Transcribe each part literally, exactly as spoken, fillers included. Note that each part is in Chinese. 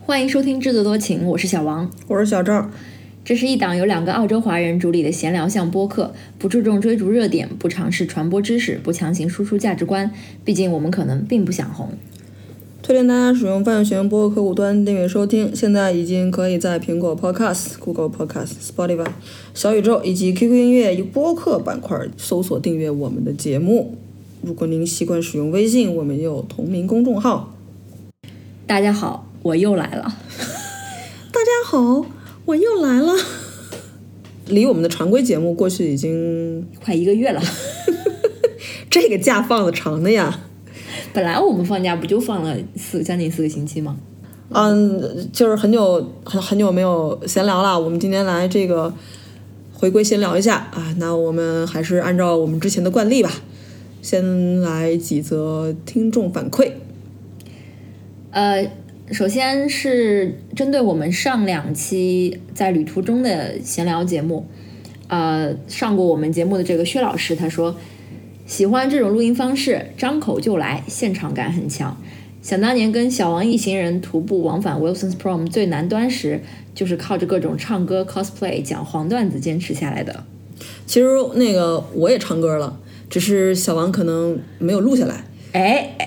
欢迎收听制作多情，我是小王， 我是小赵。 这是一档由两个澳洲华人主理的闲聊向播客，不注重追逐热点，不尝试传播知识，不强行输出价值观，毕竟我们可能并不想红。 推荐大家使用泛学播客客户端订阅收听，现在已经可以在苹果 Podcast、Google Podcast、Spotify、小宇宙以及 Q Q 音乐播客板块搜索订阅我们的节目。如果您习惯使用微信，我们也有同名公众号。 大家好，我又来了。 大家好，我又来了。离我们的常规节目过去已经快一个月了。 这个假放的长的呀。 本来我们放假不就放了四将近四个星期吗？ 嗯，就是很久很很久没有闲聊了。我们今天来这个回归闲聊一下啊。那我们还是按照我们之前的惯例吧，先来几则听众反馈。 呃，首先是针对我们上两期在旅途中的闲聊节目，呃，上过我们节目的这个薛老师他说，喜欢这种录音方式，张口就来，现场感很强。想当年跟小王一行人徒步往返 Wilson's Prom 最南端时，就是靠着各种唱歌 cosplay 讲黄段子坚持下来的。 其实那个我也唱歌了，只是小王可能没有录下来。 哎，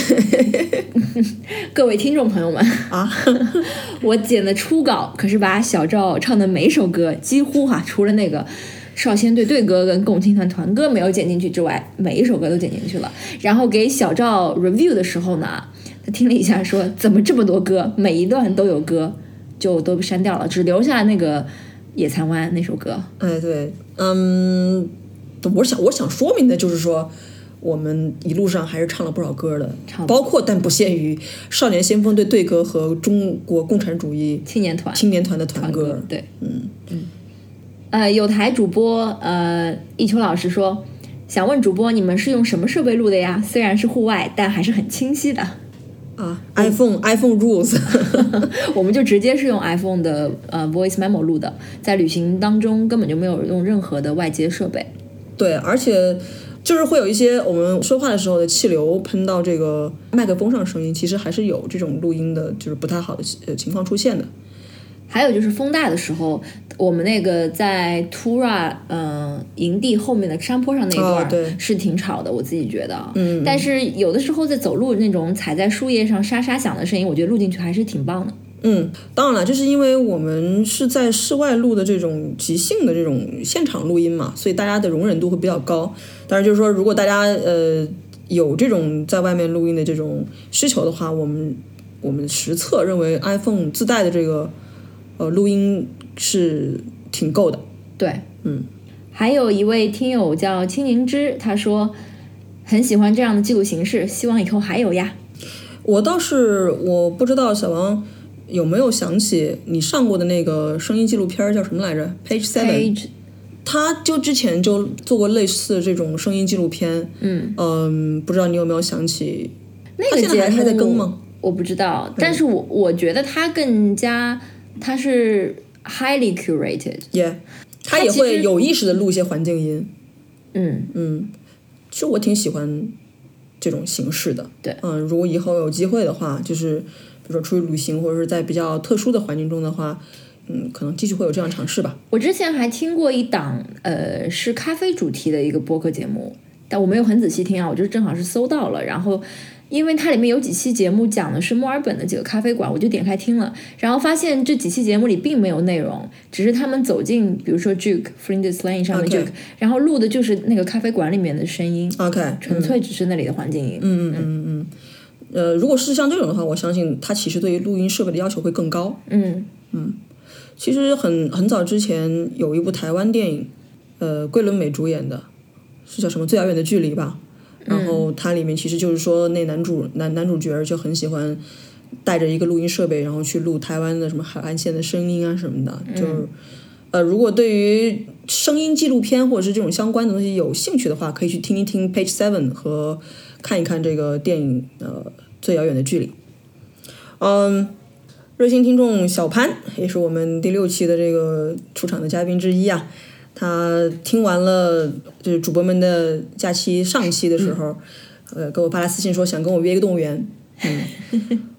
各位听众朋友们啊， 我剪的初稿可是把小赵唱的每首歌几乎哈，除了那个少先队队歌跟共青团团歌没有剪进去之外，每一首歌都剪进去了。然后给小赵 review 的时候呢，他听了一下说怎么这么多歌，每一段都有歌，就都删掉了，只留下那个野蚕湾那首歌。 哎，对，嗯，我想我想说明的就是说，我们一路上还是唱了不少歌的，包括但不限于少年先锋队队歌和中国共产主义青年团青年团的团歌。 团歌对， 嗯嗯。呃，有台主播呃一秋老师说，想问主播你们是用什么设备录的呀？虽然是户外，但还是很清晰的。 啊 ，iPhone、嗯、iPhone rules， 我们就直接是用 iPhone 的呃 Voice Memo 录的，在旅行当中根本就没有用任何的外接设备。 对，而且就是会有一些我们说话的时候的气流喷到这个麦克风上，声音其实还是有这种录音的，就是不太好的情况出现的。 还有就是风大的时候，我们那个在 Tura 呃营地后面的山坡上那一段、 哦、 是挺吵的，我自己觉得。 嗯， 但是有的时候在走路那种踩在树叶上沙沙响的声音，我觉得录进去还是挺棒的。 嗯，当然了，就是因为我们是在室外录的这种即兴的这种现场录音嘛，所以大家的容忍度会比较高。当然就是说，如果大家呃有这种在外面录音的这种需求的话，我们我们实测认为 iPhone 自带的这个呃录音是挺够的。 对， 嗯。 还有一位听友叫青柠之，他说很喜欢这样的记录形式，希望以后还有呀。 我倒是我不知道小王有没有想起你上过的那个声音纪录片叫什么来着 Page Seven， 他就之前就做过类似这种声音纪录片。 嗯嗯，不知道你有没有想起那个节目？ 他现在还在更吗？ 我不知道，但是我我觉得他更加他是 highly curated， yeah， 他也会有意识的录一些环境音。 嗯嗯，其实我挺喜欢这种形式的。 对， 嗯，如果以后有机会的话，就是比如说出去旅行或者是在比较特殊的环境中的话，嗯，可能继续会有这样尝试吧。 我之前还听过一档呃是咖啡主题的一个播客节目，但我没有很仔细听啊，我就是正好是搜到了，然后因为它里面有几期节目讲的是墨尔本的几个咖啡馆，我就点开听了，然后发现这几期节目里并没有内容，只是他们走进比如说 Duke Flinders Lane 上面 Duke、okay. 然后录的就是那个咖啡馆里面的声音。 OK， 纯粹只是那里的环境音。 嗯嗯嗯嗯呃，如果是像这种的话，我相信它其实对于录音设备的要求会更高。 嗯嗯，其实很很早之前有一部台湾电影，呃，桂纶镁主演的，是叫什么《最遥远的距离》吧？然后它里面其实就是说，那男主男男主角就很喜欢带着一个录音设备，然后去录台湾的什么海岸线的声音啊什么的。就是，呃，如果对于声音纪录片或者是这种相关的东西有兴趣的话，可以去听一听 Page Seven 和看一看这个电影呃《最遥远的距离》。嗯，热心听众小潘也是我们第六期的这个出场的嘉宾之一啊。他听完了就是主播们的假期上期的时候，嗯、呃，给我发来私信说想跟我约一个动物园。嗯，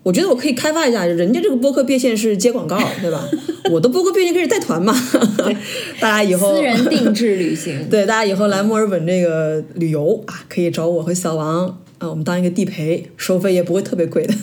我觉得我可以开发一下，人家这个播客变现是接广告，对吧？我的播客变现可以带团嘛，大家以后私人定制旅行， 对，大家以后来墨尔本这个旅游啊，可以找我和小王啊，我们当一个地陪，收费也不会特别贵的。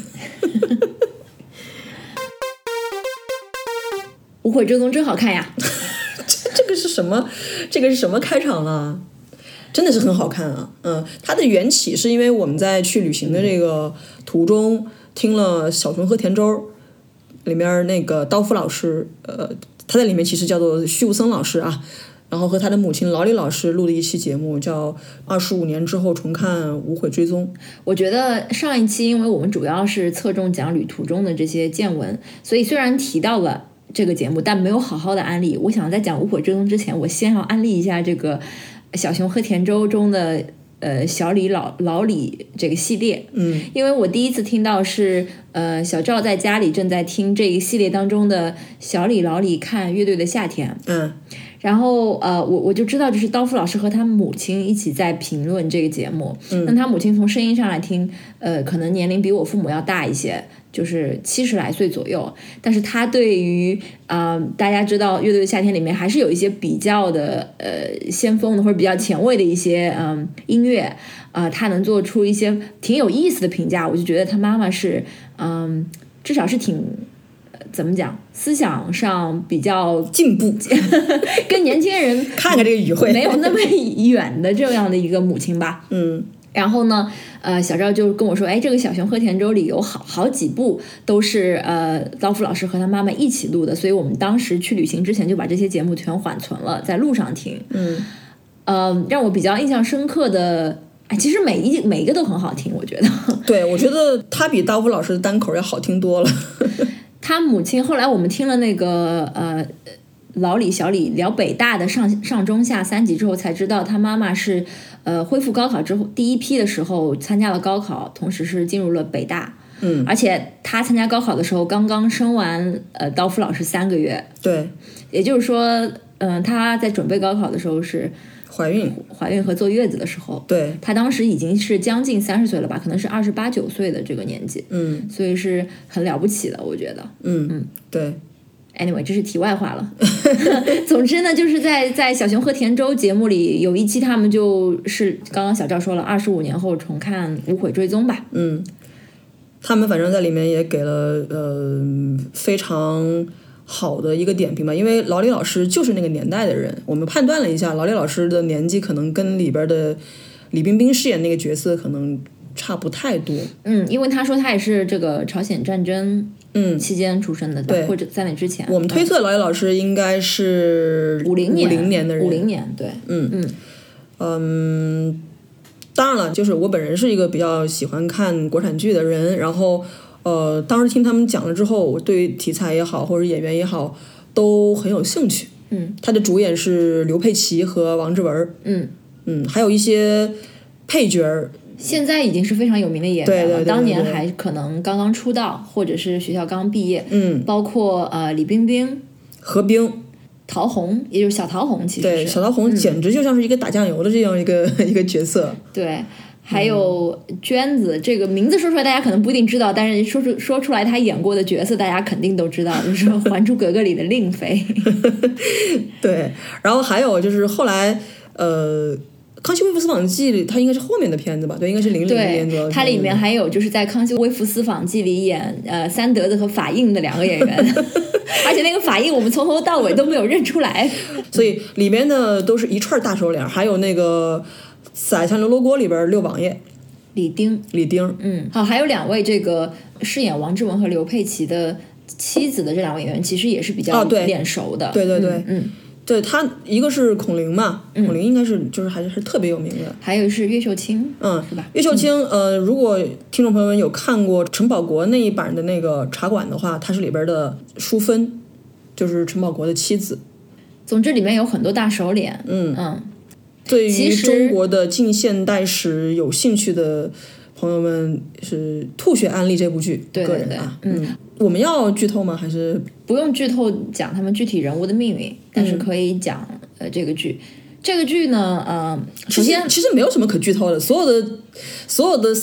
无悔追踪真好看呀！ 这这个是什么？这个是什么开场啊？真的是很好看啊！嗯，它的缘起是因为我们在去旅行的这个途中听了小熊和田周里面那个刀夫老师，呃，他在里面其实叫做虚无僧老师啊，然后和他的母亲劳里老师录的一期节目，叫《二十五年之后重看无悔追踪》。 我觉得上一期因为我们主要是侧重讲旅途中的这些见闻，所以虽然提到了这个节目，但没有好好的安利。我想在讲无悔追踪之前，我先要安利一下这个小熊和田周中的呃小李老老李这个系列。 嗯， 因为我第一次听到是呃小赵在家里正在听这一系列当中的小李老李看乐队的夏天。 嗯， 然后呃我我就知道这是刀夫老师和他母亲一起在评论这个节目。 嗯， 那他母亲从声音上来听，呃可能年龄比我父母要大一些，就是七十来岁左右，但是他对于啊、呃、大家知道乐队的夏天里面还是有一些比较的呃先锋的或者比较前卫的一些嗯、呃、音乐啊、呃，他能做出一些挺有意思的评价。我就觉得他妈妈是嗯、呃、至少是挺怎么讲，思想上比较进步， 跟年轻人看看这个语汇没有那么远的这样的一个母亲吧。 嗯， 然后呢，呃，小赵就跟我说，哎，这个小熊和田周里有好好几部都是呃刀夫老师和他妈妈一起录的，所以我们当时去旅行之前就把这些节目全缓存了，在路上听。 嗯， 呃，让我比较印象深刻的。哎，其实每一每一个都很好听，我觉得。 对，我觉得他比刀夫老师的单口要好听多了。 他母亲后来我们听了那个呃老李小李聊北大的上上中下三集之后，才知道他妈妈是呃恢复高考之后第一批的时候参加了高考，同时是进入了北大。 嗯， 而且他参加高考的时候刚刚生完呃刀夫老师三个月。 对， 也就是说，嗯、呃，他在准备高考的时候是怀孕、 怀孕和坐月子的时候。 对， 他当时已经是将近三十岁了吧，可能是二十八九岁的这个年纪。 嗯， 所以是很了不起的，我觉得。 嗯嗯，对。 Anyway， 这是题外话了。总之呢，就是在在小熊和田周节目里有一期，他们就是刚刚小赵说了，二十五年后重看无悔追踪吧。 嗯，他们反正在里面也给了呃非常好的一个点评吧，因为劳李老师就是那个年代的人，我们判断了一下，劳李老师的年纪可能跟里边的李冰冰饰演那个角色可能差不太多。 嗯，因为他说他也是这个朝鲜战争嗯期间出生的， 对， 或者在那之前。 我们推测劳李老师应该是五零年五零年的人， 五零年，对， 嗯嗯嗯，当然了，就是我本人是一个比较喜欢看国产剧的人，然后呃，当时听他们讲了之后，我对于题材也好，或者演员也好，都很有兴趣。 嗯， 他的主演是刘佩琦和王志文。 嗯嗯，还有一些配角儿。 现在已经是非常有名的演员了， 对对对对对， 当年还可能刚刚出道，或者是学校刚毕业。 嗯， 包括呃李冰冰、 何冰、 陶虹，也就是小陶虹，其实对小陶虹简直就像是一个打酱油的这样一个、嗯、一个角色。 对，还有娟子，这个名字说出来大家可能不一定知道，但是说出说出来她演过的角色，大家肯定都知道，就是《还珠格格》里的令妃。 对，然后还有就是后来呃。康熙微服私访记里，它应该是后面的片子吧？对，应该是零零年左右。 它里面还有就是在康熙微服私访记里演呃三德子和法印的两个演员，而且那个法印我们从头到尾都没有认出来。 所以里面的都是一串大手脸，还有那个《四海强刘罗锅》里边六王爷李丁， 李丁， 嗯，好，还有两位这个饰演王志文和刘佩琦的妻子的这两位演员，其实也是比较脸熟的。 哦、对对对， 嗯。嗯对他一个是孔玲嘛， 嗯、 孔玲应该是就是还是是特别有名的， 还有是岳秀清， 嗯， 是吧？ 岳秀清，嗯、呃，如果听众朋友们有看过陈宝国那一版的那个茶馆的话，她是里边的淑芬，就是陈宝国的妻子。 总之里面有很多大手脸， 嗯嗯。 对于中国的近现代史有兴趣的朋友们，是吐血安利这部剧。 对对对， 个人啊， 嗯。 我们要剧透吗？还是不用剧透讲他们具体人物的命运，但是可以讲、嗯、呃这个剧。这个剧呢，呃，首先其实没有什么可剧透的，所有的所有的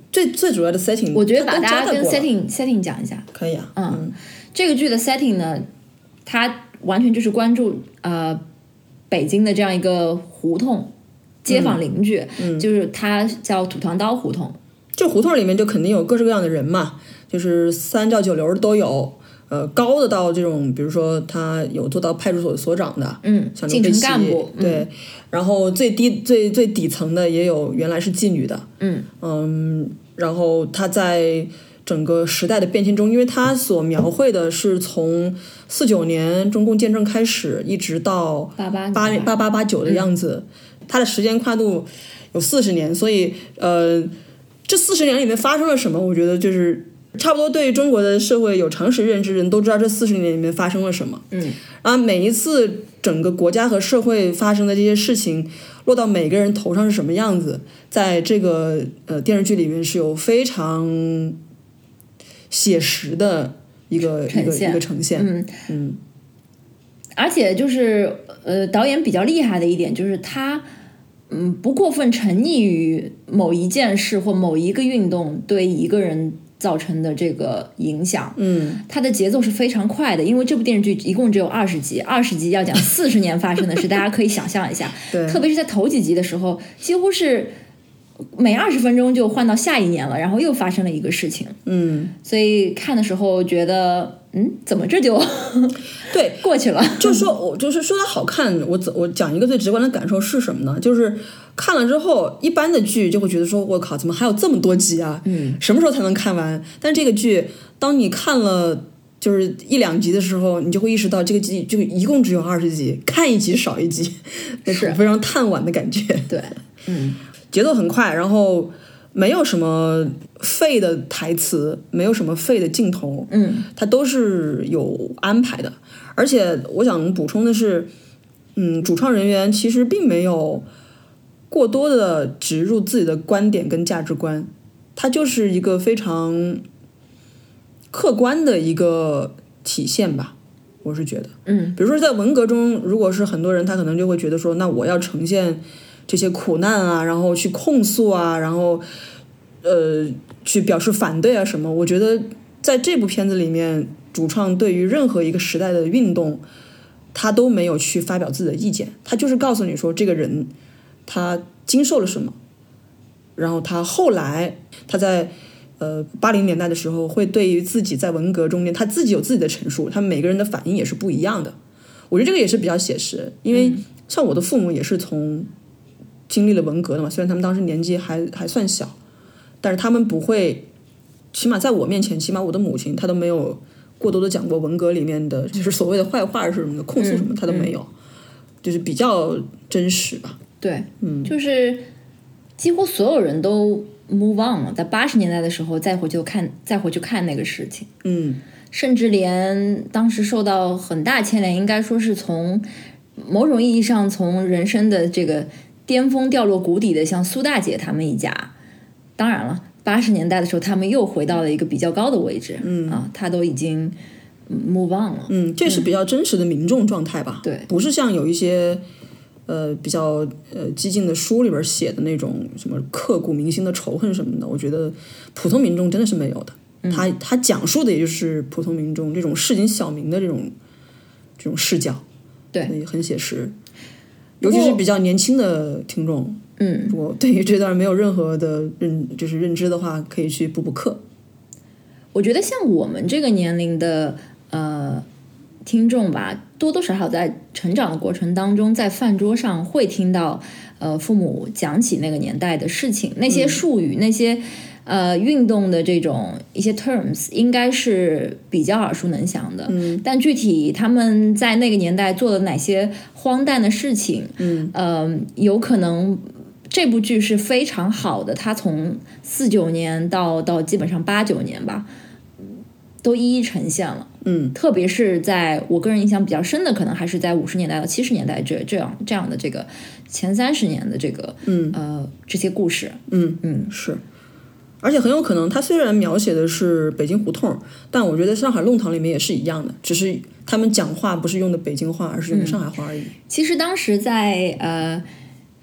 最最主要的 setting， 我觉得把大家跟它都交代过了 setting setting 讲一下。 可以啊。 嗯， 嗯这个剧的 setting 呢，它完全就是关注呃北京的这样一个胡同街坊邻居， 嗯就是它叫土团刀胡同。 就胡同里面就肯定有各式各样的人嘛，就是三教九流的都有，呃，高的到这种，比如说他有做到派出所所长的， 嗯，进城像刘佩琦干部， 对， 嗯然后最低最最底层的也有原来是妓女的， 嗯嗯，然后他在整个时代的变迁中，因为他所描绘的是从四九年中共建政开始，一直到八八八八八八九的样子，它的时间跨度有四十年，所以呃，这四十年里面发生了什么？我觉得就是差不多对于中国的社会有常识认知人都知道这四十年里面发生了什么。 嗯， 然后每一次整个国家和社会发生的这些事情落到每个人头上是什么样子，在这个呃电视剧里面是有非常写实的一个一个一个呈现。 嗯嗯， 而且就是呃，导演比较厉害的一点就是他。嗯，不过分沉溺于某一件事或某一个运动对一个人造成的这个影响。 嗯， 它的节奏是非常快的，因为这部电视剧一共只有二十集，二十集要讲四十年发生的事，大家可以想象一下。 对， 特别是在头几集的时候，几乎是每二十分钟就换到下一年了，然后又发生了一个事情。 嗯， 所以看的时候觉得，嗯，怎么这就对过去了？ 就是说我就是说它好看，我我讲一个最直观的感受是什么呢？就是看了之后，一般的剧就会觉得说，我靠，怎么还有这么多集啊？ 嗯， 什么时候才能看完？但这个剧，当你看了就是一两集的时候，你就会意识到这个剧就一共只有二十集，看一集少一集，那种非常叹惋的感觉。 对，嗯， 节奏很快，然后没有什么废的台词，没有什么废的镜头， 嗯， 它都是有安排的。而且我想补充的是，嗯，主创人员其实并没有过多的植入自己的观点跟价值观，它就是一个非常客观的一个体现吧，我是觉得。 嗯， 比如说在文革中，如果是很多人，他可能就会觉得说，那我要呈现这些苦难啊，然后去控诉啊，然后呃去表示反对啊什么。我觉得在这部片子里面，主创对于任何一个时代的运动，他都没有去发表自己的意见，他就是告诉你说这个人他经受了什么，然后他后来他在呃八零年代的时候会对于自己在文革中间他自己有自己的陈述，他们每个人的反应也是不一样的。我觉得这个也是比较写实，因为像我的父母也是从经历了文革的嘛，虽然他们当时年纪还还算小，但是他们不会，起码在我面前，起码我的母亲她都没有过多的讲过文革里面的就是所谓的坏话是什么的，控诉什么她都没有，就是比较真实吧。 对，嗯，就是几乎所有人都 move on 了，在八十年代的时候再回去看，再回去看那个事情， 嗯， 甚至连当时受到很大牵连，应该说是从某种意义上从人生的这个巅峰掉落谷底的，像苏大姐他们一家，当然了，八十年代的时候他们又回到了一个比较高的位置，嗯啊，他都已经 move on 了， 嗯，这是比较真实的民众状态吧， 对， 不是像有一些呃比较呃激进的书里边写的那种什么刻骨铭心的仇恨什么的，我觉得普通民众真的是没有的。 嗯、 他他讲述的也就是普通民众这种市井小民的这种这种视角， 对， 很写实。尤其是比较年轻的听众， 嗯， 如果对于这段没有任何的认就是认知的话，可以去补补课。 我觉得像我们这个年龄的呃听众吧，多多少少在成长的过程当中，在饭桌上会听到呃父母讲起那个年代的事情，那些术语，嗯、那些呃运动的这种一些 terms， 应该是比较耳熟能详的。 嗯， 但具体他们在那个年代做了哪些荒诞的事情， 嗯， 呃，有可能。这部剧是非常好的，它从四九年到到基本上八九年吧，都一一呈现了。 嗯， 特别是在我个人印象比较深的，可能还是在五十年代到七十年代这这样这样的这个前三十年的这个嗯呃这些故事。 嗯嗯是，而且很有可能它虽然描写的是北京胡同，但我觉得上海弄堂里面也是一样的，只是他们讲话不是用的北京话，而是用的上海话而已。 嗯、其实当时在呃。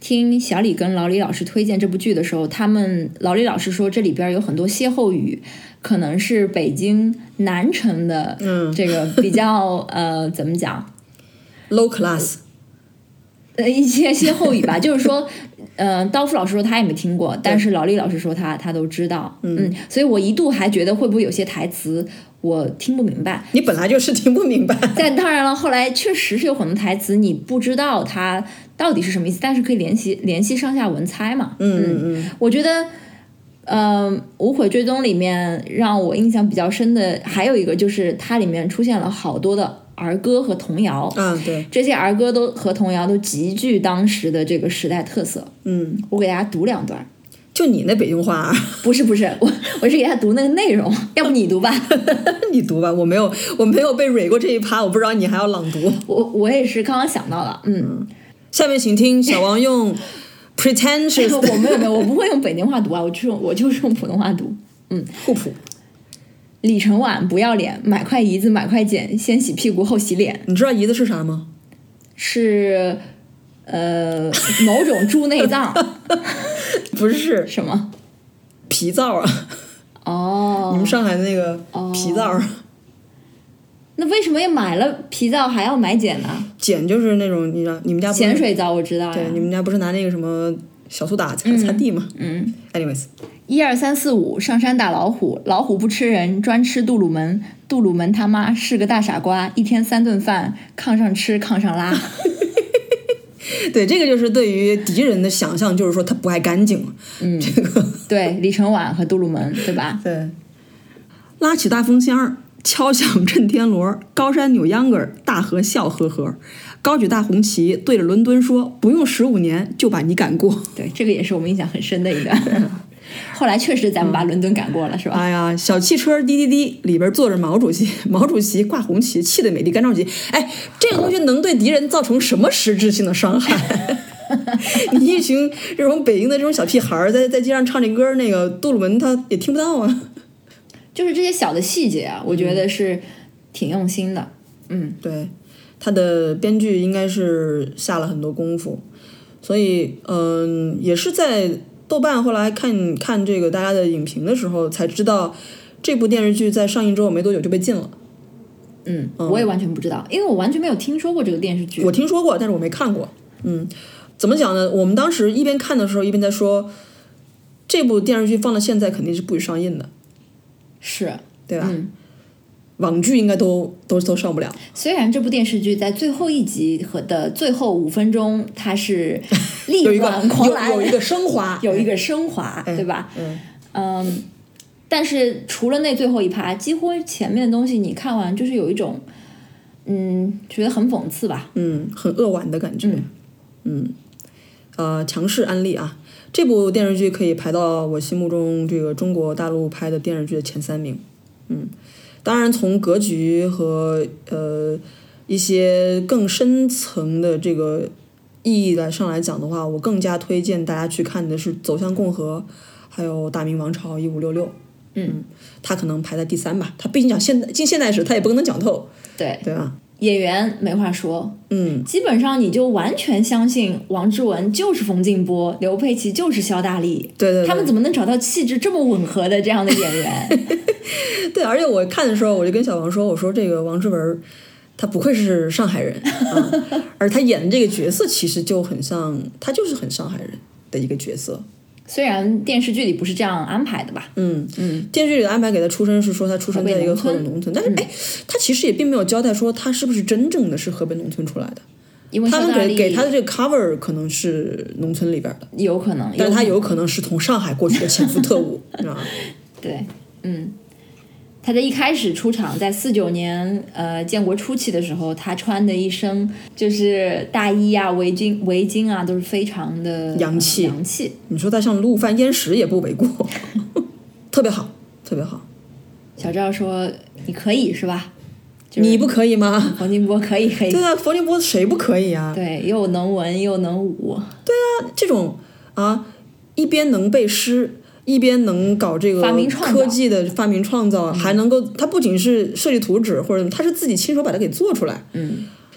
听小李跟老李老师推荐这部剧的时候，他们老李老师说这里边有很多歇后语，可能是北京南城的这个比较、嗯、呃怎么讲 low class 的一些歇后语吧，就是说。呃，刀夫老师说他也没听过，但是老李老师说他他都知道，嗯, 嗯，所以我一度还觉得会不会有些台词我听不明白。 你本来就是听不明白。 但当然了，后来确实是有很多台词你不知道它到底是什么意思，但是可以联系联系上下文猜嘛。 嗯嗯嗯， 我觉得，呃，《无悔追踪》里面让我印象比较深的还有一个就是它里面出现了好多的儿歌和童谣， 啊，对， 这些儿歌都和童谣都极具当时的这个时代特色。 嗯， 我给大家读两段。 就你那北京话、啊？ 不是不是，我我是给他读那个内容，要不你读吧？ 你读吧，我没有我没有被蕊过这一趴，我不知道你还要朗读。 我我也是刚刚想到了，嗯。 嗯，下面请听小王用 pretentious 我没有没有，我不会用北京话读啊，我就用我就是用普通话读。嗯， 互谱。 李承晚不要脸，买块胰子买块碱，先洗屁股后洗脸。 你知道胰子是啥吗？ 是呃某种猪内脏。 不是什么？ 皮皂啊。 哦， 你们上海的那个皮皂、哦、 那为什么要买了皮皂还要买碱呢？ 碱就是那种你知道你们家不是咸水皂，我知道呀。 对，你们家不是拿那个什么小苏打擦擦地吗？ 嗯, 嗯 anyways， 一二三四五上山打老虎，老虎不吃人，专吃杜鲁门，杜鲁门他妈是个大傻瓜，一天三顿饭，炕上吃炕上拉。 对，这个就是对于敌人的想象，就是说他不爱干净。 嗯， 这个对，李承晚和杜鲁门，对吧？ 对，拉起大风箱，敲响震天锣，高山扭秧歌，大河笑呵呵，高举大红旗，对着伦敦说：“不用十五年就把你赶过。” 对，这个也是我们印象很深的一段。后来确实咱们把伦敦赶过了，是吧？ 哎呀，小汽车滴滴滴，里边坐着毛主席，毛主席挂红旗，气得美丽干着急。哎，这个东西能对敌人造成什么实质性的伤害？你一群这种北京的这种小屁孩在在街上唱这歌，那个杜鲁门他也听不到啊。 就是这些小的细节啊，我觉得是挺用心的。嗯， 对，他的编剧应该是下了很多功夫，所以嗯，也是在豆瓣后来看看这个大家的影评的时候，才知道这部电视剧在上映之后没多久就被禁了。 嗯，我也完全不知道，因为我完全没有听说过这个电视剧。 我听说过，但是我没看过。嗯，怎么讲呢？我们当时一边看的时候，一边在说，这部电视剧放到现在肯定是不许上映的。 是， 对吧？ 嗯， 网剧应该都都都上不了。 虽然这部电视剧在最后一集和的最后五分钟，它是力挽狂澜， 有一个升华， 有一个升华， 哎、 对吧？ 嗯嗯，但是除了那最后一趴，几乎前面的东西你看完就是有一种，嗯，觉得很讽刺吧？ 嗯，很扼腕的感觉。 嗯， 嗯呃，强势安利啊！这部电视剧可以排到我心目中这个中国大陆拍的电视剧的前三名。嗯，当然从格局和呃一些更深层的这个意义来上来讲的话，我更加推荐大家去看的是《走向共和》还有《大明王朝一五六六》。 嗯， 它可能排在第三吧，它毕竟讲现代近现代史，它也不可能讲透。 对对吧？ 演员没话说， 嗯， 基本上你就完全相信王志文就是冯静波，刘佩琦就是肖大力， 对 对, 对， 他们怎么能找到气质这么吻合的这样的演员？ 对，而且我看的时候，我就跟小王说，我说这个王志文，他不愧是上海人啊，而他演的这个角色其实就很像，他就是很上海人的一个角色。 虽然电视剧里不是这样安排的吧， 嗯嗯，电视剧里的安排给他出身是说他出生在一个河北农村，但是哎、嗯，他其实也并没有交代说他是不是真正的是河北农村出来的， 因为他们给给他的这个 cover 可能是农村里边的， 有可能， 但是他有可能是从上海过去的潜伏特务啊。 对，嗯。他在一开始出场，在四九年呃建国初期的时候，他穿的一身就是大衣啊、围巾、围巾啊，都是非常的洋气。 洋气， 你说他像陆犯焉识也不为过，特别好，特别好。 小赵说：“你可以是吧？ 就是、你不可以吗？ 冯静波可以，可以。 对啊，冯静波谁不可以啊？ 对，又能文又能武。 对啊，这种啊，一边能背诗。”一边能搞这个科技的发明创造，还能够，他不仅是设计图纸或者他是自己亲手把它给做出来。 嗯，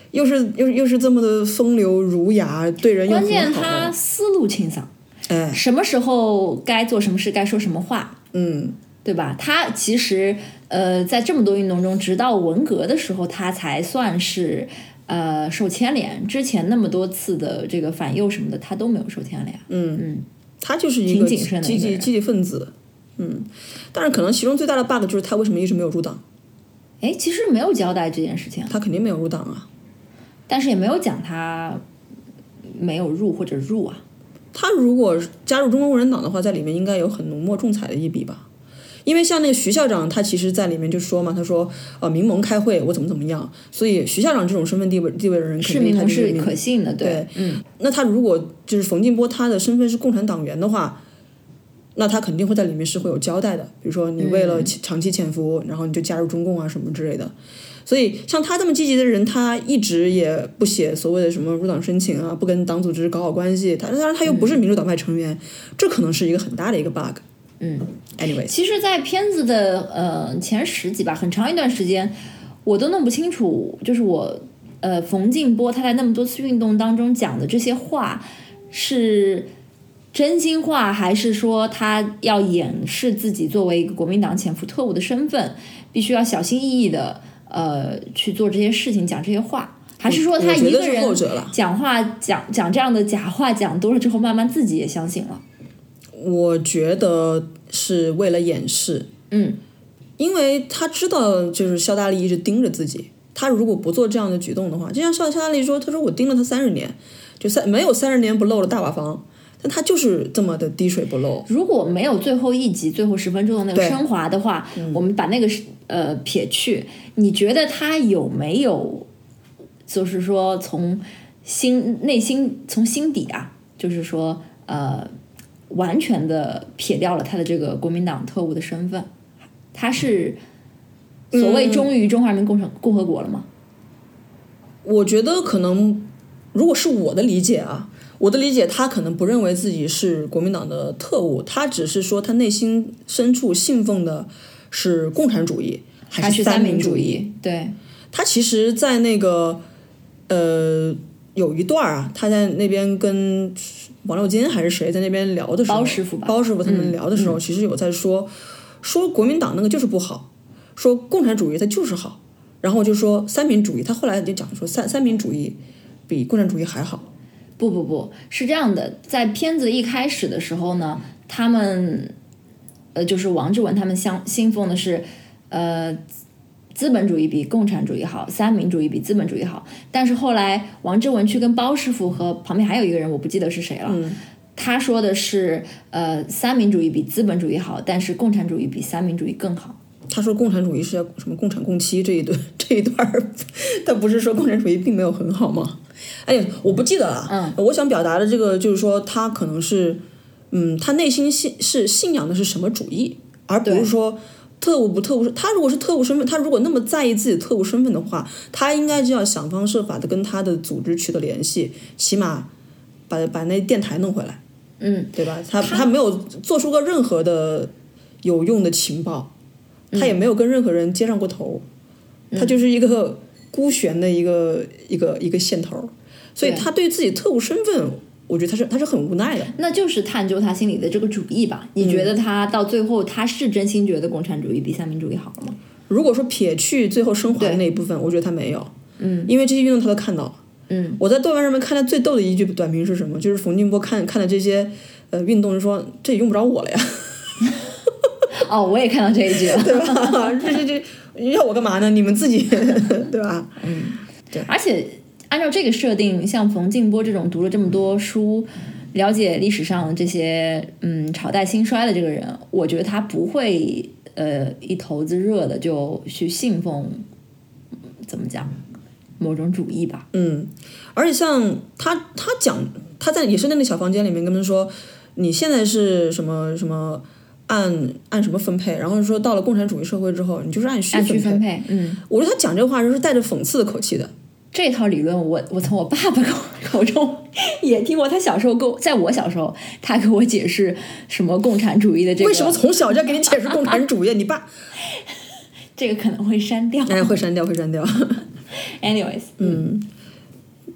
又是又又是这么的风流儒雅，对人又很好。 关键他思路清爽， 哎， 什么时候该做什么事，该说什么话， 嗯， 对吧？他其实呃，在这么多运动中，直到文革的时候，他才算是呃受牵连。之前那么多次的这个反右什么的，他都没有受牵连。 嗯嗯， 他就是一个挺谨慎的一个人积极积极分子。嗯，但是可能其中最大的 bug 就是他为什么一直没有入党？ 哎，其实没有交代这件事情， 他肯定没有入党啊。 但是也没有讲他没有入或者入啊。 他如果加入中国共产党的话，在里面应该有很浓墨重彩的一笔吧。因为像那个徐校长，他其实在里面就说嘛，他说呃民盟开会我怎么怎么样，所以徐校长这种身份地位地位的人肯定是民盟是民可信的， 对， 嗯。 那他如果就是冯静波他的身份是共产党员的话，那他肯定会在里面是会有交代的，比如说你为了长期潜伏，然后你就加入中共啊什么之类的。所以像他这么积极的人，他一直也不写所谓的什么入党申请啊，不跟党组织搞好关系，他当然他又不是民主党派成员，嗯、这可能是一个很大的一个 bug。 嗯 ，anyway， 其实，在片子的呃前十集吧，很长一段时间，我都弄不清楚，就是我呃冯静波他在那么多次运动当中讲的这些话是真心话，还是说他要掩饰自己作为一个国民党潜伏特务的身份，必须要小心翼翼的呃去做这些事情，讲这些话，还是说他一个人讲话讲讲这样的假话讲多了之后，慢慢自己也相信了？ 我觉得是为了掩饰， 嗯， 因为他知道就是肖大力一直盯着自己，他如果不做这样的举动的话，就像肖肖大力说，他说我盯了他三十年，就三没有三十年不漏的大瓦房。但他就是这么的滴水不漏。 如果没有最后一集最后十分钟的那个升华的话，嗯、我们把那个呃撇去，你觉得他有没有，就是说从心内心从心底啊，就是说呃完全的撇掉了他的这个国民党特务的身份？他是所谓忠于中华人民共产共和国了吗？ 嗯、我觉得可能，如果是我的理解啊。我的理解，他可能不认为自己是国民党的特务，他只是说他内心深处信奉的是共产主义还是三民主义。 对， 他其实在那个呃有一段啊，他在那边跟王六坚还是谁在那边聊的时候， 包师傅吧， 包师傅他们聊的时候， 嗯、 其实有在说说国民党那个就是不好，说共产主义它就是好，然后就说三民主义，他后来就讲说三三民主义比共产主义还好。 不不不是这样的，在片子一开始的时候呢，他们呃就是王志文他们相信奉的是呃资本主义比共产主义好，三民主义比资本主义好。但是后来王志文去跟包师傅和旁边还有一个人我不记得是谁了， 嗯、 他说的是呃三民主义比资本主义好，但是共产主义比三民主义更好。 他说共产主义是要什么共产共妻这一段这一段，他不是说共产主义并没有很好吗？哎呀，我不记得了。 嗯， 我想表达的这个就是说，他可能是，嗯，他内心信是信仰的是什么主义，而不是说特务不特务。他如果是特务身份，他如果那么在意自己的特务身份的话，他应该就要想方设法的跟他的组织取得联系，起码把把那电台弄回来。 嗯， 对吧？他他没有做出过任何的有用的情报。他也没有跟任何人接上过头，嗯、他就是一个孤悬的一个一个一个线头，所以他对自己特务身份，我觉得他是他是很无奈的。 那就是探究他心里的这个主义吧。你觉得他到最后他是真心觉得共产主义比三民主义好吗？ 如果说撇去最后升华的那一部分，我觉得他没有。 嗯， 因为这些运动他都看到了。 嗯， 我在豆瓣上面看到最逗的一句短评是什么？就是冯静波看看的这些呃运动，就说这也用不着我了呀。 哦，我也看到这一句了， 对吧？这这这要我干嘛呢？你们自己，对吧？ 嗯，对。而且按照这个设定，像冯静波这种读了这么多书、了解历史上这些嗯朝代兴衰的这个人，我觉得他不会呃一头子热的就去信奉，怎么讲某种主义吧。 嗯，而且像他他讲他在也是那个小房间里面跟他们说，你现在是什么什么。按按什么分配，然后说到了共产主义社会之后，你就是按需分配。按需分配，嗯， 我觉得他讲这话就是带着讽刺的口气的。 这套理论我，我从我爸爸口口中也听过。他小时候跟我，在我小时候，他给我解释什么共产主义的这个。 为什么从小就要给你解释共产主义？你爸这个可能会删掉， 哎，会删掉，会删掉。 Anyways， 嗯，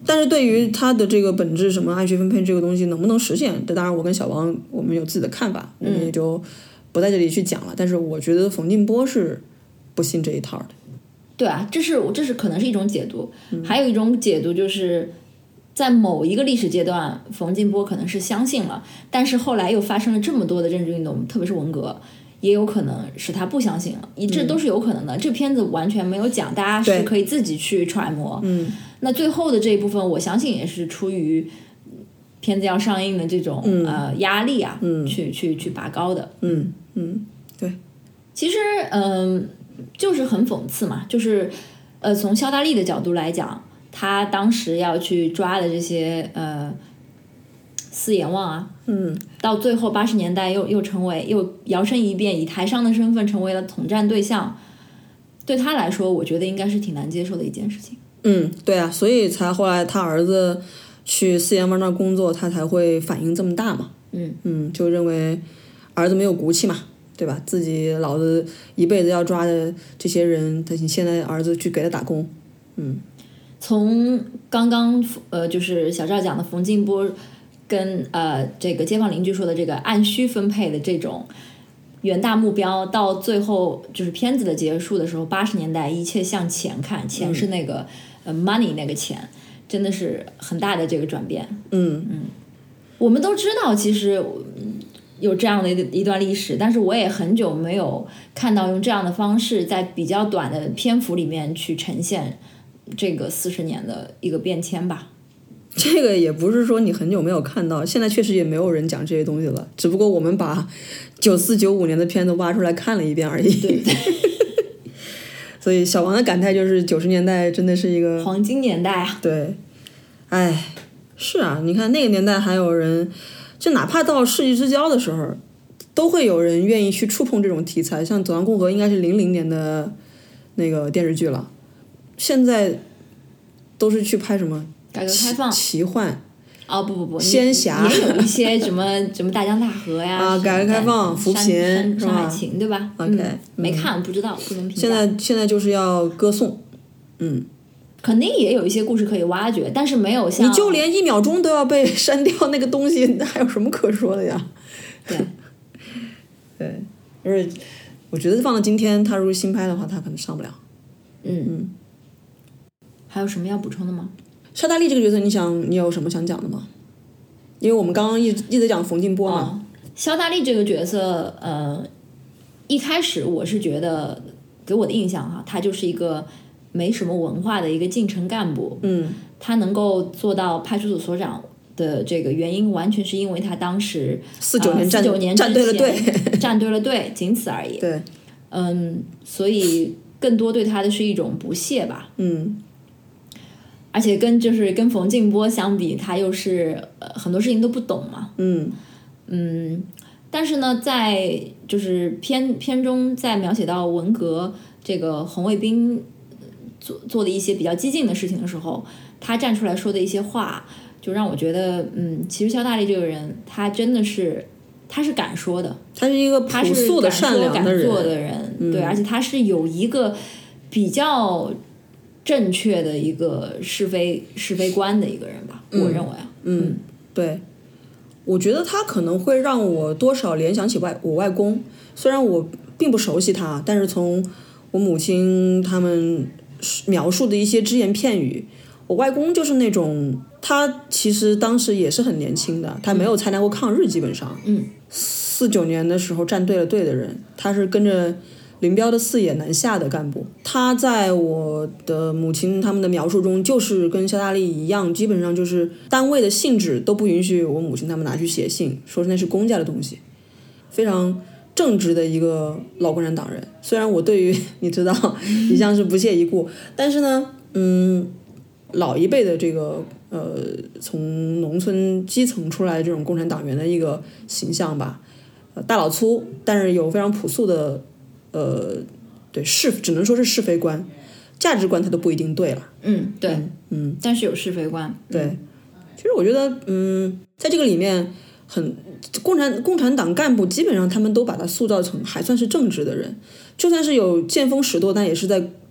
但是对于它的这个本质，什么按需分配这个东西能不能实现，这当然我跟小王我们有自己的看法，我们也就不在这里去讲了。但是我觉得冯静波是不信这一套的。 对啊，这是这是可能是一种解读，嗯、还有一种解读就是在某一个历史阶段，冯静波可能是相信了，但是后来又发生了这么多的政治运动，特别是文革，也有可能是他不相信了，这都是有可能的。嗯、这片子完全没有讲，大家是可以自己去揣摩。 嗯， 那最后的这一部分，我相信也是出于片子要上映的这种、嗯、呃压力啊， 嗯、 去去去拔高的。 嗯嗯，对。 其实嗯、呃，就是很讽刺嘛，就是呃，从肖大丽的角度来讲，他当时要去抓的这些呃四阎王啊， 嗯， 到最后八十年代又又成为又摇身一变，以台商的身份成为了统战对象，对他来说，我觉得应该是挺难接受的一件事情。 嗯，对啊，所以才后来他儿子去四阎王那工作，他才会反应这么大嘛。 嗯嗯，就认为儿子没有骨气嘛，对吧？自己老子一辈子要抓的这些人，他现在儿子去给他打工。嗯， 从刚刚呃，就是小赵讲的冯静波跟呃这个街坊邻居说的这个按需分配的这种远大目标，到最后就是片子的结束的时候，八十年代一切向钱看，钱是那个、嗯、呃 money 那个钱，真的是很大的这个转变。 嗯嗯，我们都知道其实有这样的一段历史，但是我也很久没有看到用这样的方式在比较短的篇幅里面去呈现这个四十年的一个变迁吧。 这个也不是说你很久没有看到，现在确实也没有人讲这些东西了，只不过我们把九四九五年的片子挖出来看了一遍而已。 对对所以小王的感慨就是九十年代真的是一个黄金年代啊。 对，哎，是啊，你看那个年代还有人，就哪怕到世纪之交的时候，都会有人愿意去触碰这种题材，像《走向共和》应该是零零年的那个电视剧了，现在都是去拍什么改革开放、 奇幻， 哦不不不， 仙侠， 也有一些什么什么大江大河呀， 啊，改革开放、扶贫， 山山海情，对吧 ？OK，、 嗯、没看不知道，不能评价。 现在现在就是要歌颂，嗯， 肯定也有一些故事可以挖掘，但是没有像你就连一秒钟都要被删掉那个东西，那还有什么可说的呀？ 对， 对，而且我觉得放到今天，他如果新拍的话，他可能上不了。 嗯嗯，还有什么要补充的吗？ 沙大力这个角色，你想你有什么想讲的吗？因为我们刚刚一直一直讲冯静波嘛。 哦，肖大力这个角色，呃，一开始我是觉得给我的印象哈，他就是一个没什么文化的一个进城干部。 嗯， 他能够做到派出所所长的这个原因，完全是因为他当时四九年站、呃、年站对了队， 站对了队，仅此而已。 对， 嗯，所以更多对他的是一种不屑吧。 嗯。 而且跟就是跟冯静波相比，他又是呃很多事情都不懂嘛。 嗯嗯，但是呢，在就是片片中在描写到文革这个红卫兵做做的一些比较激进的事情的时候，他站出来说的一些话，就让我觉得，嗯，其实肖大力这个人，他真的是他是敢说的， 他是一个朴素的善良的人， 敢说敢做的人， 嗯、 对，而且他是有一个比较正确的一个是非是非观的一个人吧， 嗯、 我认为啊， 嗯，嗯对，我觉得他可能会让我多少联想起外我外公，虽然我并不熟悉他，但是从我母亲他们描述的一些只言片语，我外公就是那种，他其实当时也是很年轻的，他没有参加过抗日，基本上， 嗯， 四九年的时候站对了队的人，他是跟着林彪的四野南下的干部，他在我的母亲他们的描述中，就是跟肖大力一样，基本上就是单位的性质都不允许我母亲他们拿去写信，说是那是公家的东西，非常正直的一个老共产党人。虽然我对于你知道一向是不屑一顾，但是呢，嗯，老一辈的这个呃从农村基层出来的这种共产党员的一个形象吧，呃大老粗，但是有非常朴素的。呃，对是只能说是是非观，价值观他都不一定对了。 嗯，对， 嗯，嗯但是有是非观。 对，嗯、其实我觉得，嗯，在这个里面，很共产共产党干部基本上他们都把他塑造成还算是正直的人，就算是有见风使舵，但也是在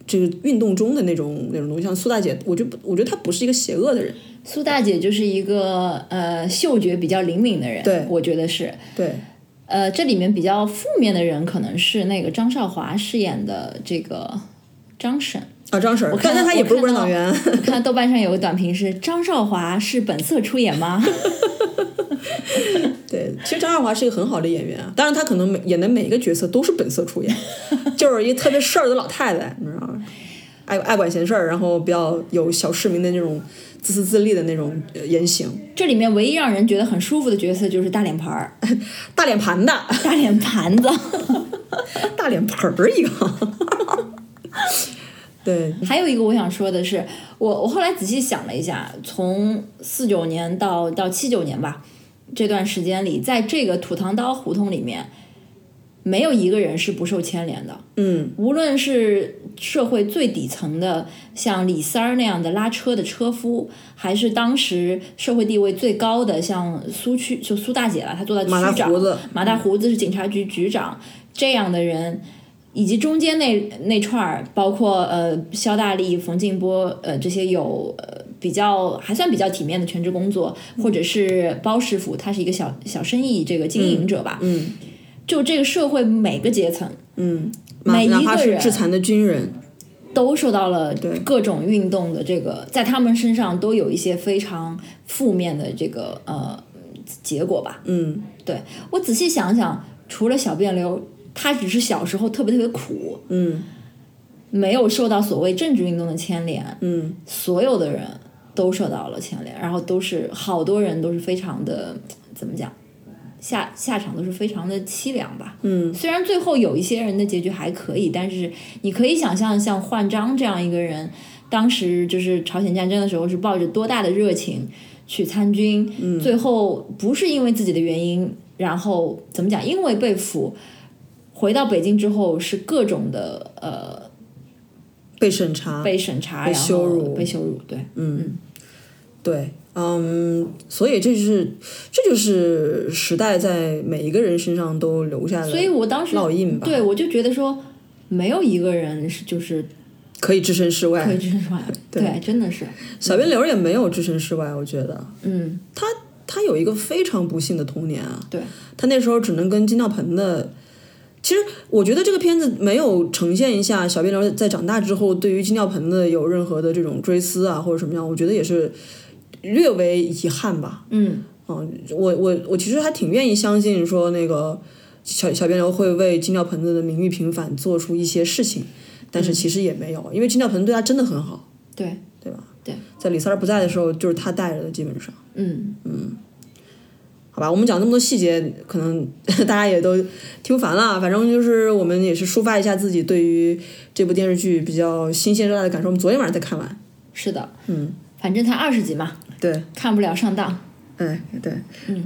这个运动中的那种那种东西。像苏大姐，我觉得我觉得她不是一个邪恶的人。 苏大姐就是一个呃嗅觉比较灵敏的人， 对， 我觉得是。 对， 呃，这里面比较负面的人可能是那个张少华饰演的这个张婶。 啊，张婶， 我看但他也不是共产党员。 我看豆瓣上有个短评是张少华是本色出演吗？ 对，其实张少华是一个很好的演员啊，当然他可能每演的每一个角色都是本色出演，就是一个特别事儿的老太太，你知道吗？爱爱管闲事儿，然后比较有小市民的那种自私自利的那种言行。 这里面唯一让人觉得很舒服的角色就是大脸盘儿， 大脸盘的， 大脸盘子， 大脸盘儿一个。对， 还有一个我想说的是，我我后来仔细想了一下，从四九年到到七九年吧，这段时间里，在这个土堂刀胡同里面，没有一个人是不受牵连的。 嗯， 无论是社会最底层的，像李三儿那样的拉车的车夫，还是当时社会地位最高的，像苏区就苏大姐了，她做到区长， 马大胡子， 马大胡子是警察局局长，这样的人。以及中间那那串儿，包括呃肖大力、冯静波，呃这些有呃比较还算比较体面的全职工作，或者是包师傅，他是一个小小生意这个经营者吧， 嗯，嗯就这个社会每个阶层， 嗯， 每一个人， 哪怕是致残的军人， 都受到了各种运动的这个，在他们身上都有一些非常负面的这个呃结果吧。 嗯， 对，我仔细想想，除了小便溜。他只是小时候特别特别苦， 嗯， 没有受到所谓政治运动的牵连， 嗯， 所有的人都受到了牵连，然后都是好多人都是非常的怎么讲，下下场都是非常的凄凉吧， 嗯， 虽然最后有一些人的结局还可以，但是你可以想象像焕章这样一个人，当时就是朝鲜战争的时候是抱着多大的热情去参军， 嗯， 最后不是因为自己的原因，然后怎么讲，因为被俘。回到北京之后是各种的呃被审查、 被审查、 被羞辱、 被羞辱，对， 嗯，嗯对，嗯，所以这就是这就是时代在每一个人身上都留下的， 所以我当时烙印吧。 对，我就觉得说，没有一个人是就是可以置身事外， 可以置身事外，对，对真的是。 小便流也没有置身事外，我觉得， 嗯， 他他有一个非常不幸的童年啊， 对， 他那时候只能跟金吊盆的。其实我觉得这个片子没有呈现一下小便流在长大之后对于金吊盆的有任何的这种追思啊或者什么样，我觉得也是略为遗憾吧。 嗯， 嗯，我我我其实还挺愿意相信说那个小小便流会为金吊盆子的名誉平反做出一些事情，但是其实也没有，因为金吊盆对他真的很好。 对， 对吧？ 对， 在李三儿不在的时候，就是他带着的，基本上。 嗯嗯。好吧，我们讲那么多细节，可能大家也都听烦了。反正就是我们也是抒发一下自己对于这部电视剧比较新鲜热辣的感受。我们昨天晚上才看完。 是的， 嗯， 反正才二十集嘛， 对， 看不了上当。 哎，对， 嗯。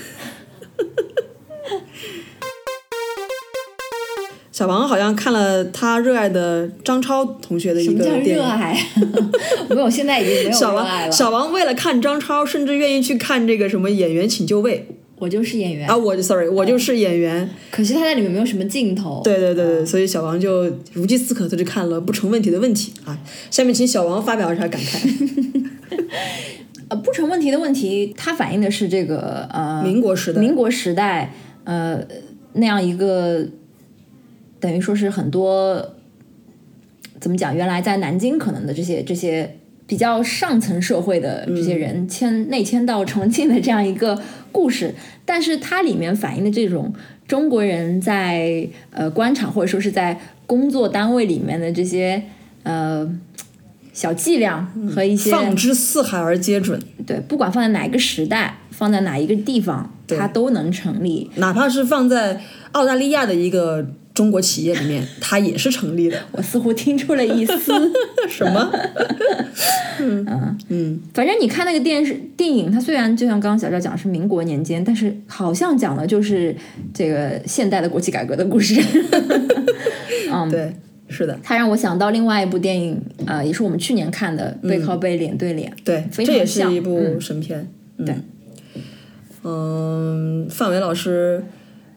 小王好像看了他热爱的张超同学的一个电影。 什么叫热爱？没有，现在已经没有小热爱了。 王，小王为了看张超，甚至愿意去看这个什么演员请就位。 我就是演员啊，我 sorry， 我就是演员。 可惜他在里面没有什么镜头。 对对对对，所以小王就如饥似渴的去看了不成问题的问题啊。下面请小王发表一下感慨。 呃，不成问题的问题，它反映的是这个呃民国时代， 民国时代呃那样一个。等于说是很多怎么讲？原来在南京可能的这些这些比较上层社会的这些人迁内迁到重庆的这样一个故事，但是它里面反映的这种中国人在呃官场或者说是在工作单位里面的这些呃小伎俩和一些、 嗯、放之四海而皆准。 对，不管放在哪个时代，放在哪一个地方，它都能成立。 哪怕是放在澳大利亚的一个中国企业里面，它也是成立的。 我似乎听出了一丝什么？ 嗯嗯嗯，反正你看那个电视电影，它虽然就像刚刚小赵讲是民国年间，但是好像讲的就是这个现代的国企改革的故事。嗯， 对，是的。 它让我想到另外一部电影，呃，也是我们去年看的《背靠背脸对脸》， 对， 非常像， 这也是一部神片。 嗯、对， 嗯，范伟老师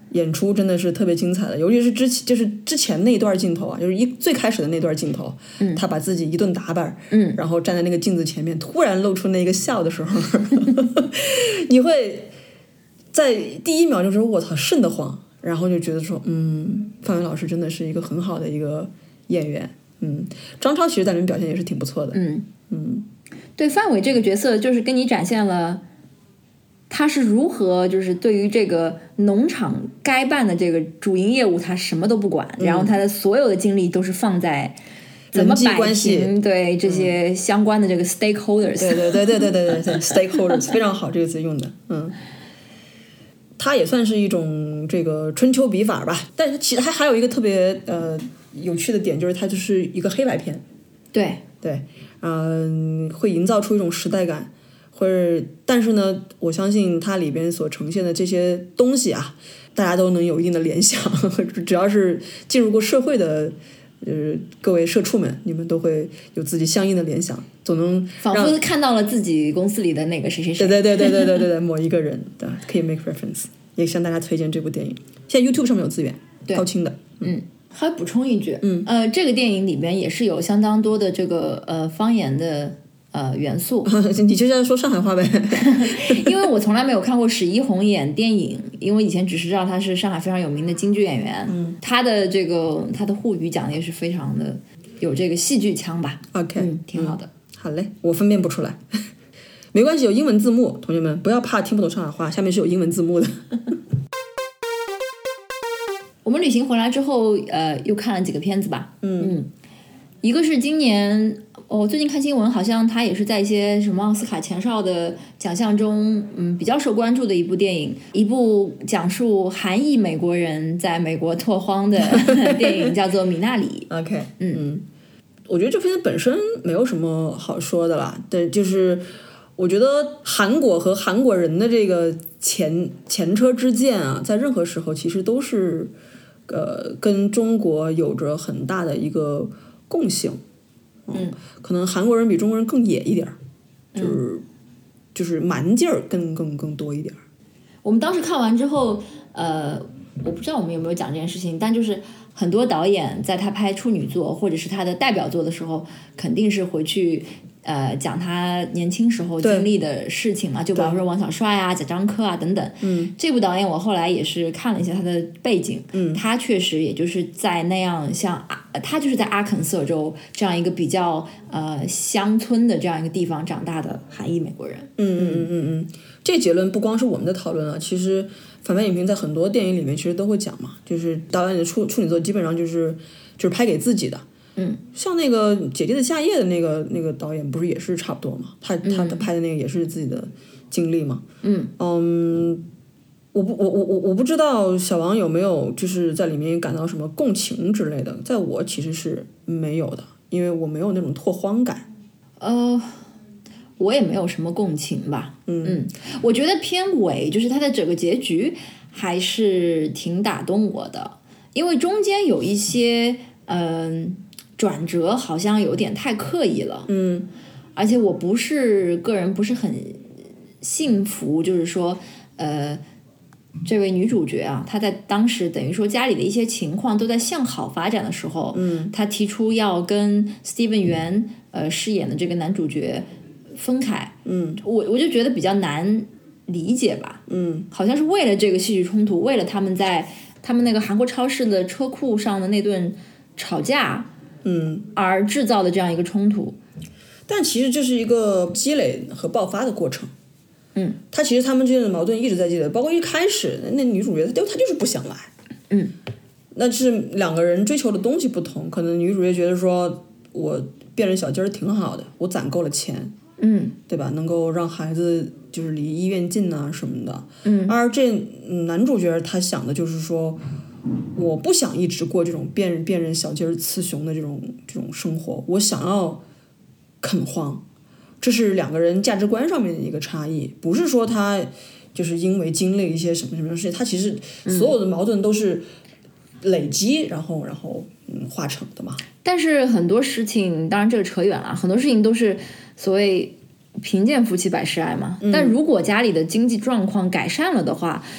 演出真的是特别精彩的，尤其是之前就是之前那一段镜头啊，就是一最开始的那段镜头， 嗯， 他把自己一顿打扮， 嗯， 然后站在那个镜子前面，突然露出那个笑的时候，你会在第一秒就说我操瘆得慌，然后就觉得说嗯，范伟老师真的是一个很好的一个演员，嗯，张超其实在里面表现也是挺不错的， 嗯嗯， 对，范伟这个角色就是跟你展现了。他是如何就是对于这个农场该办的这个主营业务他什么都不管、嗯、然后他的所有的精力都是放在怎么摆平对这些相关的这个 stakeholders、 嗯、对对对对对对对 stakeholders 非常好这个词用的嗯，它也算是一种这个春秋笔法吧，但是其实它还有一个特别呃有趣的点，就是它就是一个黑白片， 对对嗯、呃，会营造出一种时代感，或者但是呢我相信它里边所呈现的这些东西啊大家都能有一定的联想，只要是进入过社会的呃各位社畜们，你们都会有自己相应的联想，总能仿佛看到了自己公司里的那个谁谁谁， 对对对对对对对某一个人的可以 make reference， 也向大家推荐这部电影，现在 YouTube 上面有资源，高清的。 嗯，还要补充一句， 嗯呃，这个电影里边也是有相当多的这个呃方言的呃元素。 你就在说上海话呗？ 因为我从来没有看过史一红演电影，因为以前只是知道他是上海非常有名的京剧演员， 嗯， 他的这个他的沪语讲的也是非常的有这个戏剧腔吧。 OK， 嗯，挺好的、嗯。 好嘞，我分辨不出来，没关系，有英文字幕，同学们不要怕听不懂上海话，下面是有英文字幕的。 我们旅行回来之后，呃，又看了几个片子吧。 嗯嗯，一个是今年，我、哦、最近看新闻，好像他也是在一些什么奥斯卡前哨的奖项中，嗯，比较受关注的一部电影，一部讲述韩裔美国人在美国拓荒的电影，叫做《米纳里》。 OK， 嗯嗯，我觉得这片子本身没有什么好说的啦，对，就是我觉得韩国和韩国人的这个前前车之鉴啊，在任何时候其实都是。呃，跟中国有着很大的一个共性， 嗯， 可能韩国人比中国人更野一点，就是、 嗯、 就是蛮劲儿更更更多一点。 我们当时看完之后，呃，我不知道我们有没有讲这件事情，但就是很多导演在他拍处女作或者是他的代表作的时候，肯定是回去。呃，讲他年轻时候经历的事情嘛，就比方说王小帅啊、贾樟柯啊等等。 嗯， 这部导演我后来也是看了一下他的背景， 嗯， 他确实也就是在那样像他就是在阿肯色州这样一个比较呃乡村的这样一个地方长大的韩裔美国人。 嗯嗯嗯嗯嗯，这结论不光是我们的讨论啊，其实反派影评在很多电影里面其实都会讲嘛，就是导演的处处女作基本上就是就是拍给自己的。 嗯， 像那个《姐姐的夏夜》的那个那个导演不是也是差不多嘛？他他他拍的那个也是自己的经历嘛？ 嗯嗯，我不我我我我不知道小王有没有就是在里面感到什么共情之类的，在我其实是没有的，因为我没有那种拓荒感。 呃，我也没有什么共情吧。 嗯嗯，我觉得片尾就是它的整个结局还是挺打动我的，因为中间有一些嗯。呃转折好像有点太刻意了， 嗯， 而且我不是个人不是很幸福，就是说，呃，这位女主角啊，她在当时等于说家里的一些情况都在向好发展的时候， 嗯， 她提出要跟 Steven Yeun 呃饰演的这个男主角分开， 嗯， 我我就觉得比较难理解吧， 嗯， 好像是为了这个戏剧冲突，为了他们在他们那个韩国超市的车库上的那顿吵架。 嗯， 而制造的这样一个冲突， 但其实这是一个积累和爆发的过程。 嗯， 他其实他们之间的矛盾一直在积累，包括一开始那女主角她她就是不想来。 嗯， 那是两个人追求的东西不同，可能女主角觉得说我变成小鸡儿挺好的，我攒够了钱， 嗯， 对吧？能够让孩子就是离医院近啊什么的。 嗯， 而这男主角他想的就是说。我不想一直过这种辨辨认小鸡儿雌雄的这种这种生活，我想要垦荒，这是两个人价值观上面的一个差异，不是说他就是因为经历一些什么什么事情，他其实所有的矛盾都是累积，然后然后嗯化成的嘛。 但是很多事情，当然这个扯远了，很多事情都是所谓贫贱夫妻百事哀嘛。 嗯、 但如果家里的经济状况改善了的话。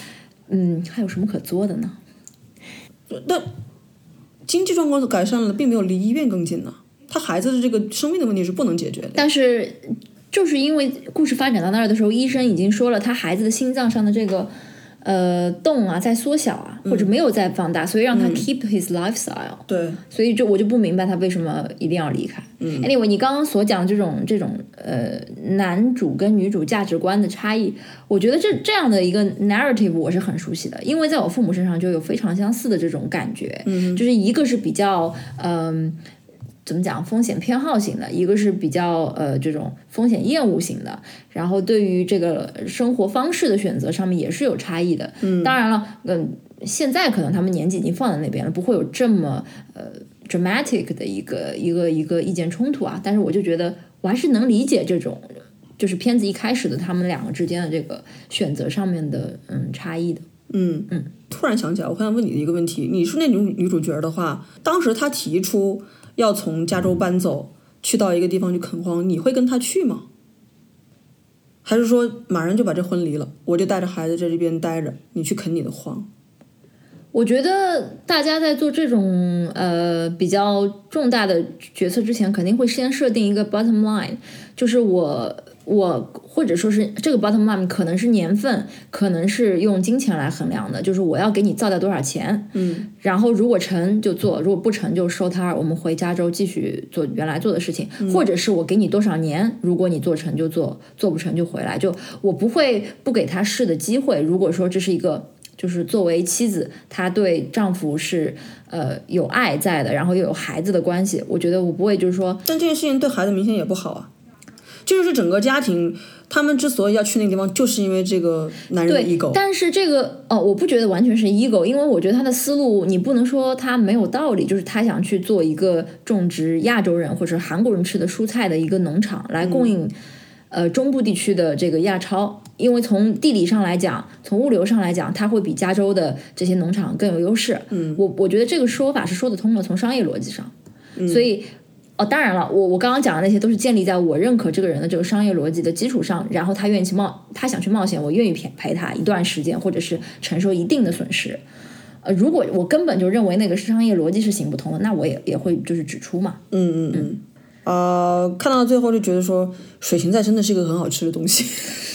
嗯，还有什么可作的呢？ 但经济状况改善了，并没有离医院更近呢。他孩子的这个生命的问题是不能解决的。 但是就是因为故事发展到那儿的时候，医生已经说了，他孩子的心脏上的这个呃洞啊在缩小啊，或者没有在放大，所以让他 keep his lifestyle。 对， 所以就我就不明白他为什么一定要离开。嗯，anyway， 你刚刚所讲这种这种呃男主跟女主价值观的差异，我觉得这这样的一个 narrative 我是很熟悉的，因为在我父母身上就有非常相似的这种感觉。嗯，就是一个是比较嗯。呃怎么讲风险偏好型的，一个是比较呃这种风险厌恶型的，然后对于这个生活方式的选择上面也是有差异的。嗯，当然了，嗯、呃，现在可能他们年纪已经放在那边了，不会有这么呃 dramatic 的一个一个一个意见冲突啊。但是我就觉得我还是能理解这种就是片子一开始的他们两个之间的这个选择上面的嗯差异的。 嗯嗯，突然想起来，我想问你的一个问题，你是那种女主角的话，当时她提出要从加州搬走去到一个地方去垦荒，你会跟他去吗？还是说马上就把这婚离了，我就带着孩子在这边待着，你去垦你的荒？ 我觉得大家在做这种呃比较重大的决策之前，肯定会先设定一个 bottom line， 就是我我或者说是这个 bottom line 可能是年份，可能是用金钱来衡量的，就是我要给你造掉多少钱，嗯，然后如果成就做，如果不成就收摊，我们回加州继续做原来做的事情，嗯，或者是我给你多少年，如果你做成就做，做不成就回来，就我不会不给他试的机会。如果说这是一个就是作为妻子，她对丈夫是呃有爱在的，然后又有孩子的关系，我觉得我不会就是说， 但这件事情对孩子明显也不好啊。就是整个家庭，他们之所以要去那个地方，就是因为这个男人的 ego。 但是这个哦，我不觉得完全是 ego， 因为我觉得他的思路，你不能说他没有道理，就是他想去做一个种植亚洲人或者韩国人吃的蔬菜的一个农场，来供应、嗯、呃中部地区的这个亚超。因为从地理上来讲，从物流上来讲，它会比加州的这些农场更有优势。嗯，我我觉得这个说法是说得通的，从商业逻辑上。嗯、所以。哦，当然了，我我刚刚讲的那些都是建立在我认可这个人的这个商业逻辑的基础上，然后他愿意去冒，他想去冒险，我愿意陪陪他一段时间，或者是承受一定的损失。呃，如果我根本就认为那个商业逻辑是行不通的，那我也也会就是指出嘛。 嗯嗯嗯。呃，看到最后就觉得说，水芹菜真的是一个很好吃的东西，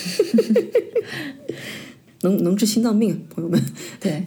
能能治心脏病，朋友们。 对。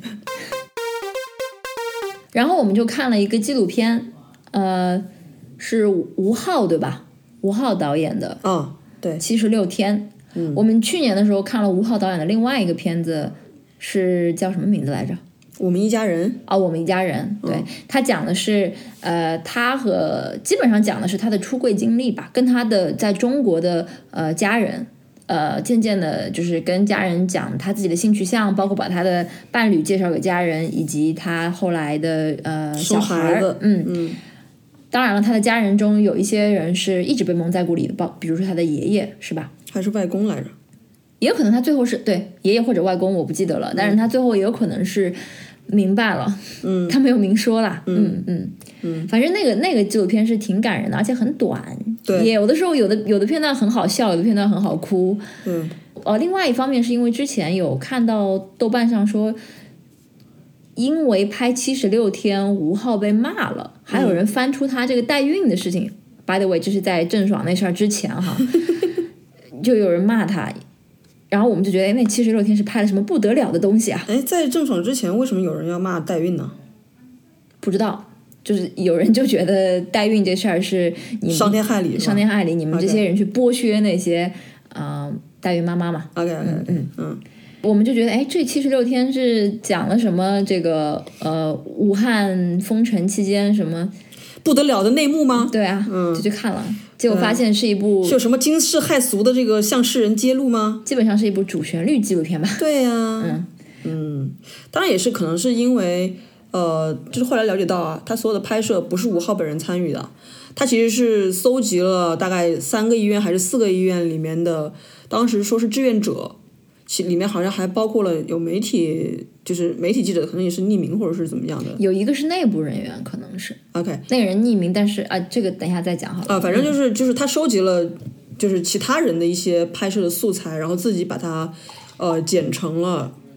然后我们就看了一个纪录片，呃。是吴昊对吧？吴昊导演的啊、哦，对， 七十六天。嗯，我们去年的时候看了吴昊导演的另外一个片子，是叫什么名字来着？ 我们一家人啊、哦，我们一家人。对，嗯、他讲的是呃，他和基本上讲的是他的出柜经历吧，跟他的在中国的呃家人。呃，渐渐的，就是跟家人讲他自己的性取向，包括把他的伴侣介绍给家人，以及他后来的呃小孩。嗯嗯。当然了，他的家人中有一些人是一直被蒙在鼓里的，包比如说他的爷爷，是吧？ 还是外公来着？ 也有可能他最后是对爷爷或者外公，我不记得了。嗯、但是他最后也有可能是明白了，嗯，他没有明说啦，嗯嗯嗯。反正那个那个纪录片是挺感人的，而且很短， 对， 也有的时候有的有的片段很好笑，有的片段很好哭， 嗯。 哦，另外一方面是因为之前有看到豆瓣上说。因为拍七十六天，吴昊被骂了，还有人翻出他这个代孕的事情。嗯、By the way， 这是在郑爽那事儿之前哈，就有人骂他，然后我们就觉得，那七十六天是拍了什么不得了的东西啊？ 哎，在郑爽之前，为什么有人要骂代孕呢？ 不知道，就是有人就觉得代孕这事儿是你伤天害理， 伤天害理，你们这些人去剥削那些啊、呃、代孕妈妈嘛。 OK OK 嗯嗯嗯。 我们就觉得，哎，这七十六天是讲了什么？这个呃，武汉封城期间什么不得了的内幕吗？ 对啊，嗯，就去看了，结果发现是一部、 嗯、是有什么惊世骇俗的这个向世人揭露吗？ 基本上是一部主旋律纪录片吧。 对呀、 啊， 嗯嗯，当然也是可能是因为呃，就是后来了解到啊，他所有的拍摄不是吴昊本人参与的，他其实是搜集了大概三个医院还是四个医院里面的，当时说是志愿者。其里面好像还包括了有媒体，就是媒体记者，可能也是匿名或者是怎么样的。 有一个是内部人员，可能是 OK， 那个人匿名，但是啊，这个等一下再讲好了。 啊，反正就是、嗯、就是他收集了就是其他人的一些拍摄的素材，然后自己把它呃剪成了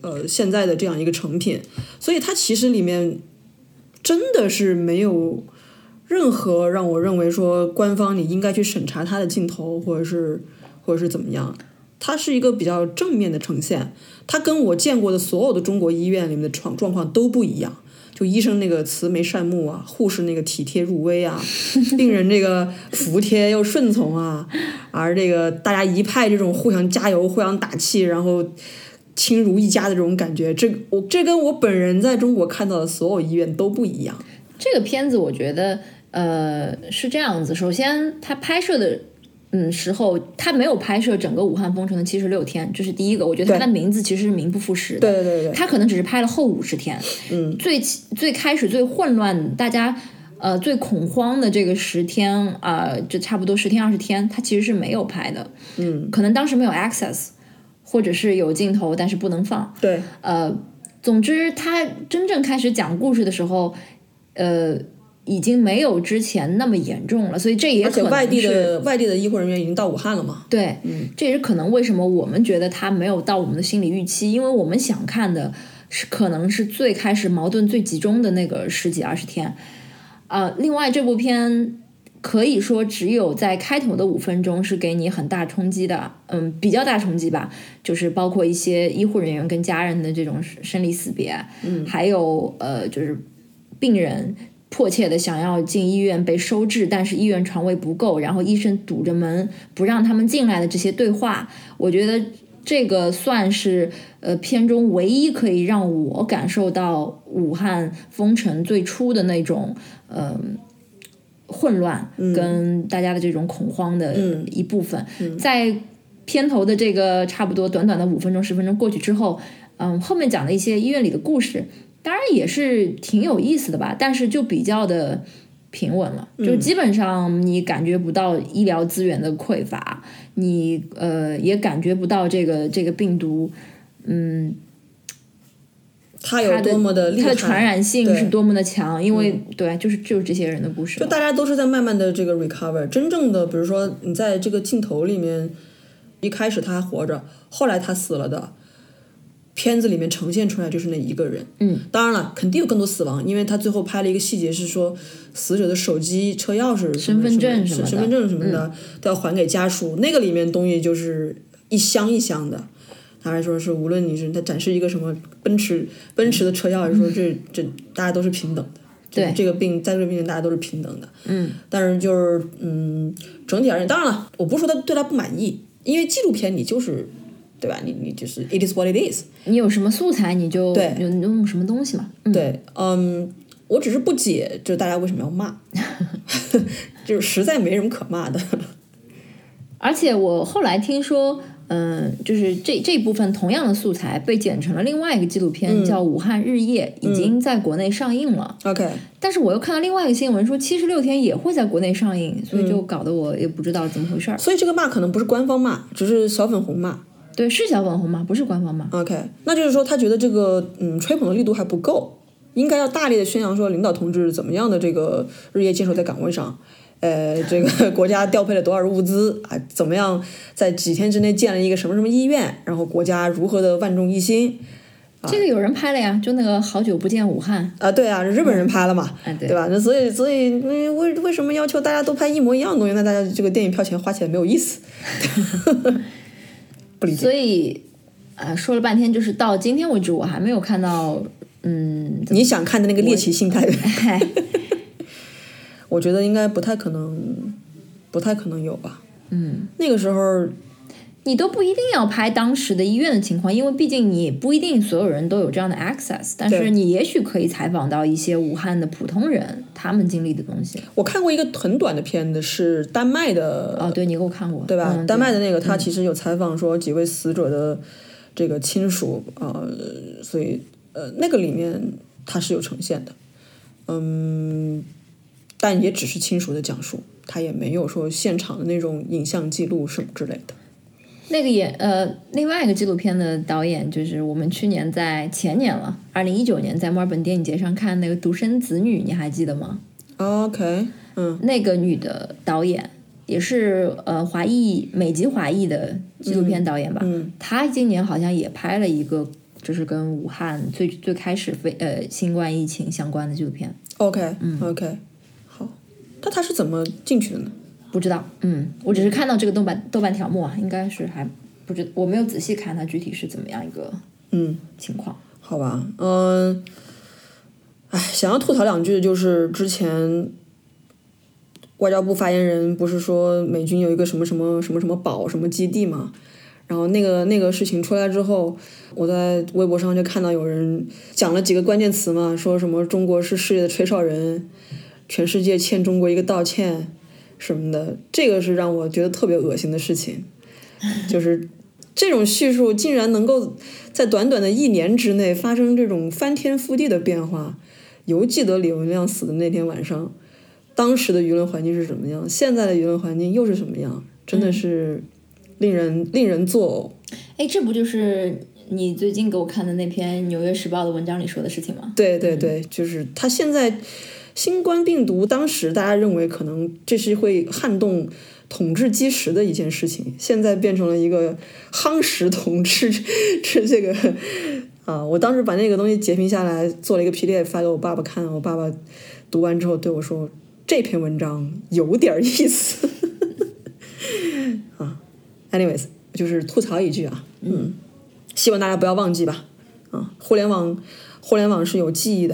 呃现在的这样一个成品，所以它其实里面真的是没有任何让我认为说官方你应该去审查它的镜头，或者是或者是怎么样。它是一个比较正面的呈现，它跟我见过的所有的中国医院里面的状状况都不一样。就医生那个慈眉善目啊，护士那个体贴入微啊，病人这个服帖又顺从啊，而这个大家一派这种互相加油、互相打气，然后亲如一家的这种感觉，这我这跟我本人在中国看到的所有医院都不一样。 这个片子我觉得呃是这样子，首先它拍摄的。嗯，时候他没有拍摄整个武汉封城的七十六天，这是第一个。我觉得他的名字其实是名不副实的。 对对对对， 他可能只是拍了后五十天。 嗯， 最最开始最混乱，大家呃最恐慌的这个十天啊、呃，就差不多十天二十天，他其实是没有拍的。 嗯， 可能当时没有 access， 或者是有镜头但是不能放。 对， 呃，总之他真正开始讲故事的时候，呃。已经没有之前那么严重了，所以这也可能是而且外地的外地的医护人员已经到武汉了嘛？ 对， 嗯， 这也是可能为什么我们觉得他没有到我们的心理预期，因为我们想看的是可能是最开始矛盾最集中的那个十几二十天，啊、呃，另外这部片可以说只有在开头的五分钟是给你很大冲击的，嗯，比较大冲击吧，就是包括一些医护人员跟家人的这种生离死别， 嗯， 还有呃，就是病人。迫切的想要进医院被收治，但是医院床位不够，然后医生堵着门不让他们进来的这些对话，我觉得这个算是呃片中唯一可以让我感受到武汉封城最初的那种呃混乱跟大家的这种恐慌的一部分。 嗯嗯、 在片头的这个差不多短短的五分钟十分钟过去之后，嗯，后面讲了一些医院里的故事。当然也是挺有意思的吧，但是就比较的平稳了，就基本上你感觉不到医疗资源的匮乏，你呃也感觉不到这个这个病毒，嗯， 它有多么的厉害， 它的传染性是多么的强，因为、嗯、对，就是就是这些人的故事， 就大家都是在慢慢的这个 recover， 真正的比如说你在这个镜头里面，一开始他还活着，后来他死了的。片子里面呈现出来就是那一个人， 嗯， 当然了，肯定有更多死亡，因为他最后拍了一个细节是说，死者的手机、车钥匙、 身份证什么的， 身份证什么的、嗯、都要还给家属。那个里面东西就是一箱一箱的，他还说是无论你是他展示一个什么奔驰奔驰的车钥匙，说这这大家都是平等的， 对这个病在这个病人大家都是平等的， 嗯， 但是就是嗯，整体而言，当然了，我不是说他对他不满意，因为纪录片你就是。对吧？你你就是 it is what it is。 你有什么素材你就对用什么东西嘛。 嗯、对，嗯，我只是不解，就是大家为什么要骂，就是实在没什么可骂的。 而且我后来听说，嗯、呃，就是这这部分同样的素材被剪成了另外一个纪录片， 嗯、 叫《武汉日夜》，已经在国内上映了。 OK， 但是我又看到另外一个新闻说，七十六天也会在国内上映，所以就搞得我也不知道怎么回事、 嗯。所以这个骂可能不是官方骂，只是小粉红骂。 对，是小粉红吗？不是官方吗 ？OK， 那就是说他觉得这个嗯吹捧的力度还不够，应该要大力的宣扬说领导同志怎么样的这个日夜坚守在岗位上，呃，这个国家调配了多少物资啊，怎么样在几天之内建了一个什么什么医院，然后国家如何的万众一心。 啊、这个有人拍了呀，就那个好久不见武汉啊，对啊，日本人拍了嘛， 嗯、对, 对吧？那所以所以为为什么要求大家都拍一模一样的东西？那大家这个电影票钱花起来没有意思。不理解。 所以，呃，说了半天，就是到今天为止，我还没有看到，嗯， 你想看的那个猎奇心态。我觉得应该不太可能，不太可能有吧。 嗯， 那个时候， 你都不一定要拍当时的医院的情况，因为毕竟你不一定所有人都有这样的 access， 但是你也许可以采访到一些武汉的普通人，他们经历的东西。 我看过一个很短的片子，是丹麦的。 哦，对，你给我看过， 对吧？ 嗯、 丹麦的那个，他其实有采访说几位死者的这个亲属啊、呃，所以呃，那个里面他是有呈现的，嗯，但也只是亲属的讲述，他也没有说现场的那种影像记录什么之类的。 那个也呃，另外一个纪录片的导演就是我们去年在前年了，二零一九年在墨尔本电影节上看那个《独生子女》，你还记得吗 ？OK， 嗯， 那个女的导演也是呃华裔美籍华裔的纪录片导演吧？ 嗯，嗯她今年好像也拍了一个就是跟武汉最最开始非呃新冠疫情相关的纪录片。 OK， 嗯 OK， 好，那他是怎么进去的呢？ 不知道，嗯，我只是看到这个豆瓣豆瓣条目啊，应该是还不知，我没有仔细看它具体是怎么样一个嗯情况。 好吧，嗯，哎，想要吐槽两句的就是之前外交部发言人不是说美军有一个什么什么什么什么堡什么基地嘛，然后那个那个事情出来之后，我在微博上就看到有人讲了几个关键词嘛，说什么中国是世界的吹哨人，全世界欠中国一个道歉什么的，这个是让我觉得特别恶心的事情，就是这种叙述竟然能够在短短的一年之内发生这种翻天覆地的变化。犹记得李文亮死的那天晚上，当时的舆论环境是什么样，现在的舆论环境又是什么样，真的是令人、嗯、令人作呕。 哎，这不就是你最近给我看的那篇《纽约时报》的文章里说的事情吗？ 对对对，嗯、就是他现在新冠病毒，当时大家认为可能这是会撼动统治基石的一件事情，现在变成了一个夯实统治这这个啊！我当时把那个东西截屏下来，做了一个 P D F 发给我爸爸看，我爸爸读完之后对我说：“这篇文章有点意思。”啊 ，anyways， 就是吐槽一句啊，嗯，希望大家不要忘记吧。啊，互联网，互联网是有记忆的。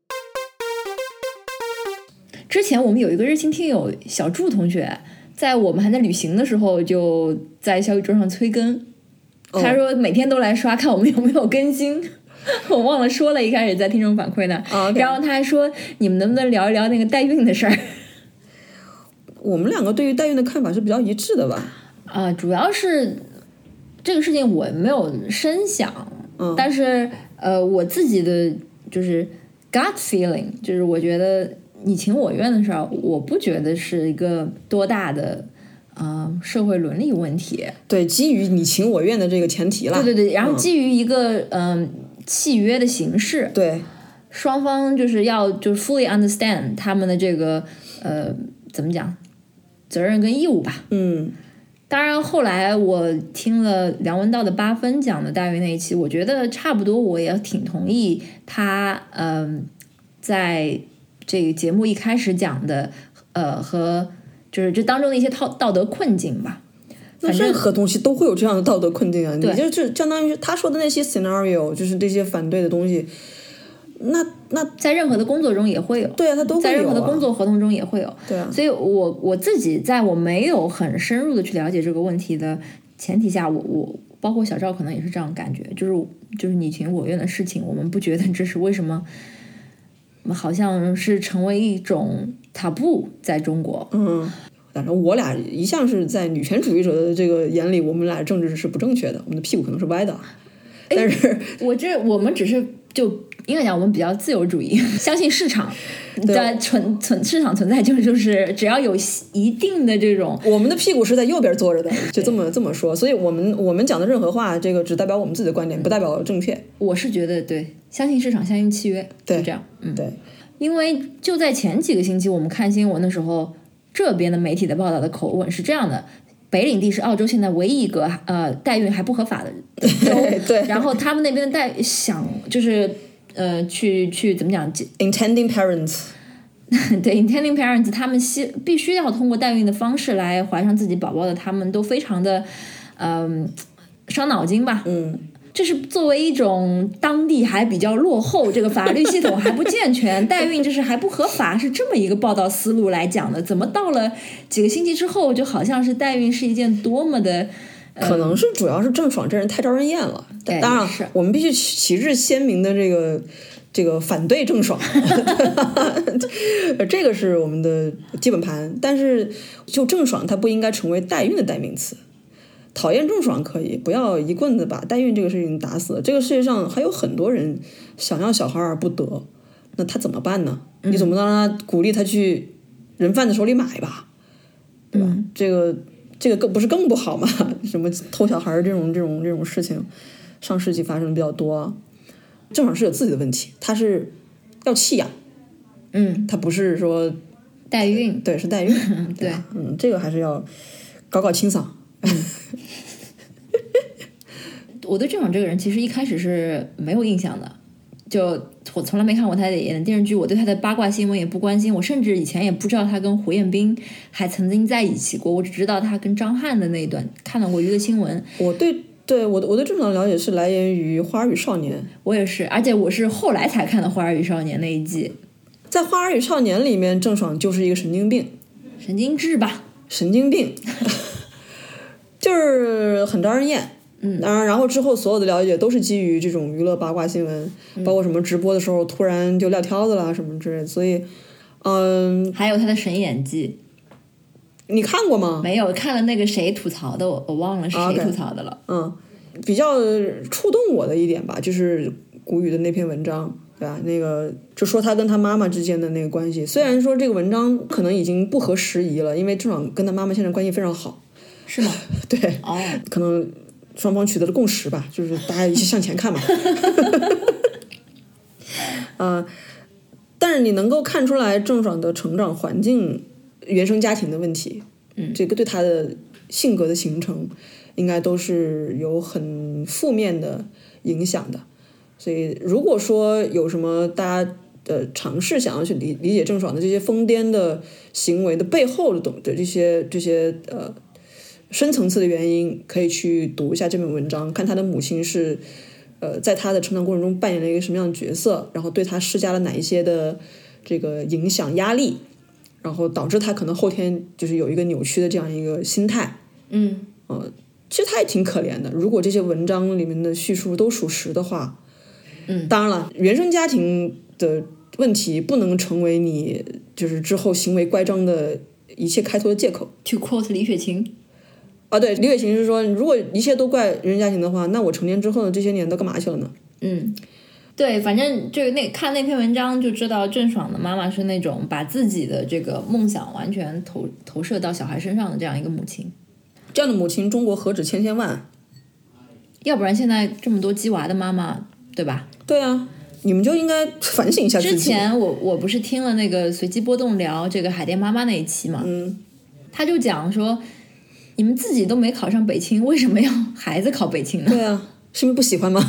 之前我们有一个热心听友小祝同学，在我们还在旅行的时候，就在小宇宙上催更。他说每天都来刷，看我们有没有更新。我忘了说了，一开始在听众反馈呢。 Oh, okay. 然后他还说，你们能不能聊一聊那个代孕的事儿？ 我们两个对于代孕的看法是比较一致的吧？ 啊、呃，主要是这个事情我没有深想， 嗯，但是呃，我自己的就是 gut feeling， 就是我觉得你情我愿的事儿，我不觉得是一个多大的。啊、呃，社会伦理问题， 对，基于你情我愿的这个前提啦， 对对对，然后基于一个嗯、呃、契约的形式， 对， 双方就是要就是 fully understand 他们的这个呃怎么讲责任跟义务吧， 嗯， 当然后来我听了梁文道的八分讲的代孕那一期，我觉得差不多，我也挺同意他嗯、呃、在这个节目一开始讲的呃和。就是这当中的一些道道德困境吧， 那任何东西都会有这样的道德困境啊！你就就相当于他说的那些 scenario， 就是这些反对的东西，那那在任何的工作中也会有， 对啊，他都会有、啊、 在任何的工作合同中也会有， 对啊。 所以我我自己在我没有很深入的去了解这个问题的前提下，我我包括小赵可能也是这样感觉，就是就是你情我愿的事情，我们不觉得这是为什么。好像是成为一种 taboo 在中国。 嗯，反正我俩一向是在女权主义者的这个眼里，我们俩政治是不正确的，我们的屁股可能是歪的。但是我这我们只是就应该讲，我们比较自由主义，相信市场的存存市场存在，就是就是只要有一定的这种， 我们的屁股是在右边坐着的，就这么这么说。所以我们我们讲的任何话，这个只代表我们自己的观点，不代表正确。 我是觉得对，相信市场，相信契约， 对， 就这样。嗯， 对。 因为就在前几个星期，我们看新闻的时候，这边的媒体的报道的口吻是这样的：北领地是澳洲现在唯一一个呃代孕还不合法的州， 对。 然后他们那边的代想就是呃去去怎么讲 ？intending parents， 对 intending parents， 他们希必须要通过代孕的方式来怀上自己宝宝的，他们都非常的嗯、呃、伤脑筋吧， 嗯。 这是作为一种当地还比较落后，这个法律系统还不健全，代孕这是还不合法，是这么一个报道思路来讲的。怎么到了几个星期之后，就好像是代孕是一件多么的， 呃、可能是主要是郑爽这人太招人厌了。当然，我们必须旗帜鲜明的这个这个反对郑爽，这个是我们的基本盘。但是就郑爽，它不应该成为代孕的代名词。讨厌郑爽可以，不要一棍子把代孕这个事情打死。这个世界上还有很多人想要小孩而不得，那他怎么办呢？嗯、你总不能让他鼓励他去人贩子手里买吧，对吧？嗯、这个这个更不是更不好吗？什么偷小孩这种这种这种事情，上世纪发生的比较多。郑爽是有自己的问题，他是要弃养， 嗯， 他不是说代孕， 对，是代孕， 对， 对嗯，这个还是要搞搞清嗓。 我对郑爽这个人其实一开始是没有印象的，就我从来没看过他演的电视剧，我对他的八卦新闻也不关心，我甚至以前也不知道他跟胡彦斌还曾经在一起过，我只知道他跟张翰的那一段，看到过娱乐新闻。 我对对我的我对郑爽的了解是来源于《花儿与少年》， 我也是，而且我是后来才看的《花儿与少年》那一季。 在《花儿与少年》里面，郑爽就是一个神经病， 神经质吧， 神经病，就是很招人厌。嗯，当然，然后之后所有的了解都是基于这种娱乐八卦新闻， 嗯、 包括什么直播的时候突然就撂挑子啦什么之类的，所以，嗯， 还有他的神演技， 你看过吗？ 没有，看了那个谁吐槽的，我我忘了是谁吐槽的了。 Okay. 嗯，比较触动我的一点吧，就是谷雨的那篇文章，对吧？那个就说他跟他妈妈之间的那个关系，虽然说这个文章可能已经不合时宜了，因为郑爽跟他妈妈现在关系非常好。 是吗？ 对， 哦， 可能双方取得了共识吧，就是大家一起向前看嘛。呃，但是你能够看出来郑爽的成长环境、原生家庭的问题， 嗯， 这个对她的性格的形成，应该都是有很负面的影响的。所以，如果说有什么大家的尝试想要去理理解郑爽的这些疯癫的行为的背后的懂的这些这些呃。深层次的原因，可以去读一下这篇文章，看他的母亲是，呃，在他的成长过程中扮演了一个什么样的角色，然后对他施加了哪一些的这个影响压力，然后导致他可能后天就是有一个扭曲的这样一个心态。 嗯， 呃，其实他也挺可怜的。如果这些文章里面的叙述都属实的话， 嗯， 当然了，原生家庭的问题不能成为你就是之后行为乖张的一切开脱的借口。 去 quote 李雪琴。 啊，对，李雪琴是说，如果一切都怪人家庭的话，那我成年之后的这些年都干嘛去了呢？ 嗯，对，反正就那看那篇文章就知道，郑爽的妈妈是那种把自己的这个梦想完全投投射到小孩身上的这样一个母亲。 这样的母亲，中国何止千千万？ 要不然现在这么多鸡娃的妈妈，对吧？ 对啊，你们就应该反省一下自己。 之前我我不是听了那个随机波动聊这个海淀妈妈那一期嘛， 嗯， 他就讲说，你们自己都没考上北清，为什么要孩子考北清呢？ 对啊，是因为不喜欢吗？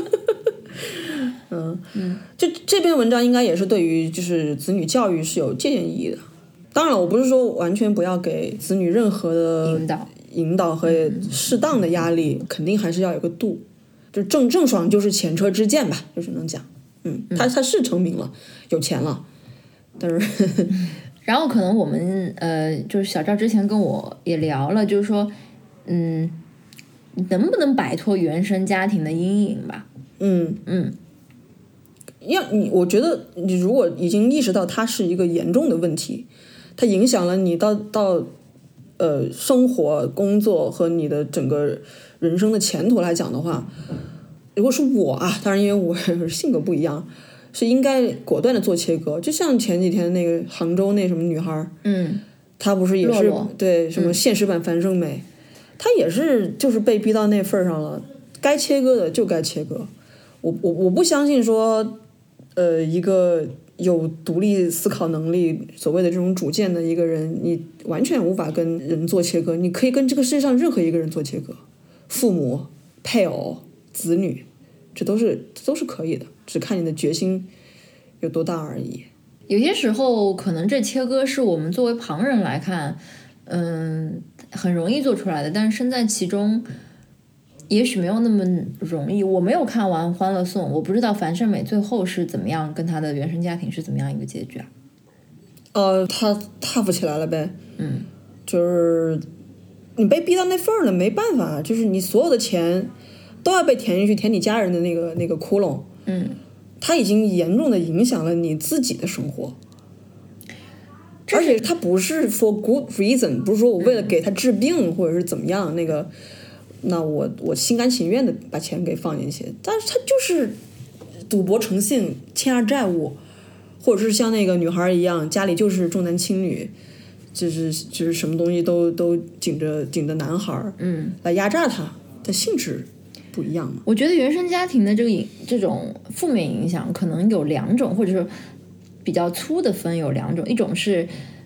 嗯嗯，就这篇文章应该也是对于就是子女教育是有借鉴意义的。当然了，我不是说完全不要给子女任何的引导、 引导和适当的压力，嗯、肯定还是要有个度。就郑郑爽就是前车之鉴吧，就是能讲，嗯，他他是成名了，有钱了，但是。 然后可能我们呃，就是小赵之前跟我也聊了，就是说，嗯，能不能摆脱原生家庭的阴影吧？ 嗯嗯， 要你，我觉得你如果已经意识到它是一个严重的问题，它影响了你到到呃生活、工作和你的整个人生的前途来讲的话，如果是我啊，当然因为我性格不一样。是应该果断的做切割，就像前几天那个杭州那什么女孩， 嗯， 她不是也是洛洛对什么现实版樊胜美，嗯、她也是就是被逼到那份上了，该切割的就该切割。我我我不相信说，呃，一个有独立思考能力、所谓的这种主见的一个人，你完全无法跟人做切割。你可以跟这个世界上任何一个人做切割，父母、配偶、子女，这都是这都是可以的。只看你的决心有多大而已。 有些时候，可能这切割是我们作为旁人来看，嗯，很容易做出来的，但是身在其中，也许没有那么容易。我没有看完《欢乐颂》，我不知道樊胜美最后是怎么样，跟她的原生家庭是怎么样一个结局啊？ 呃，她 tough 起来了呗。 嗯， 就是你被逼到那份儿了，没办法，就是你所有的钱都要被填进去，填你家人的那个那个窟窿。 嗯， 它已经严重的影响了你自己的生活，而且它不是 for good reason， 不是说我为了给他治病或者是怎么样，那个，那我我心甘情愿的把钱给放进去，但是他就是赌博成性，欠下债务，或者是像那个女孩一样，家里就是重男轻女，就是就是什么东西都都紧着紧着男孩， 嗯， 来压榨他的性质。不一样嘛？ 我觉得原生家庭的这个影这种负面影响可能有两种，或者是比较粗的分有两种，一种是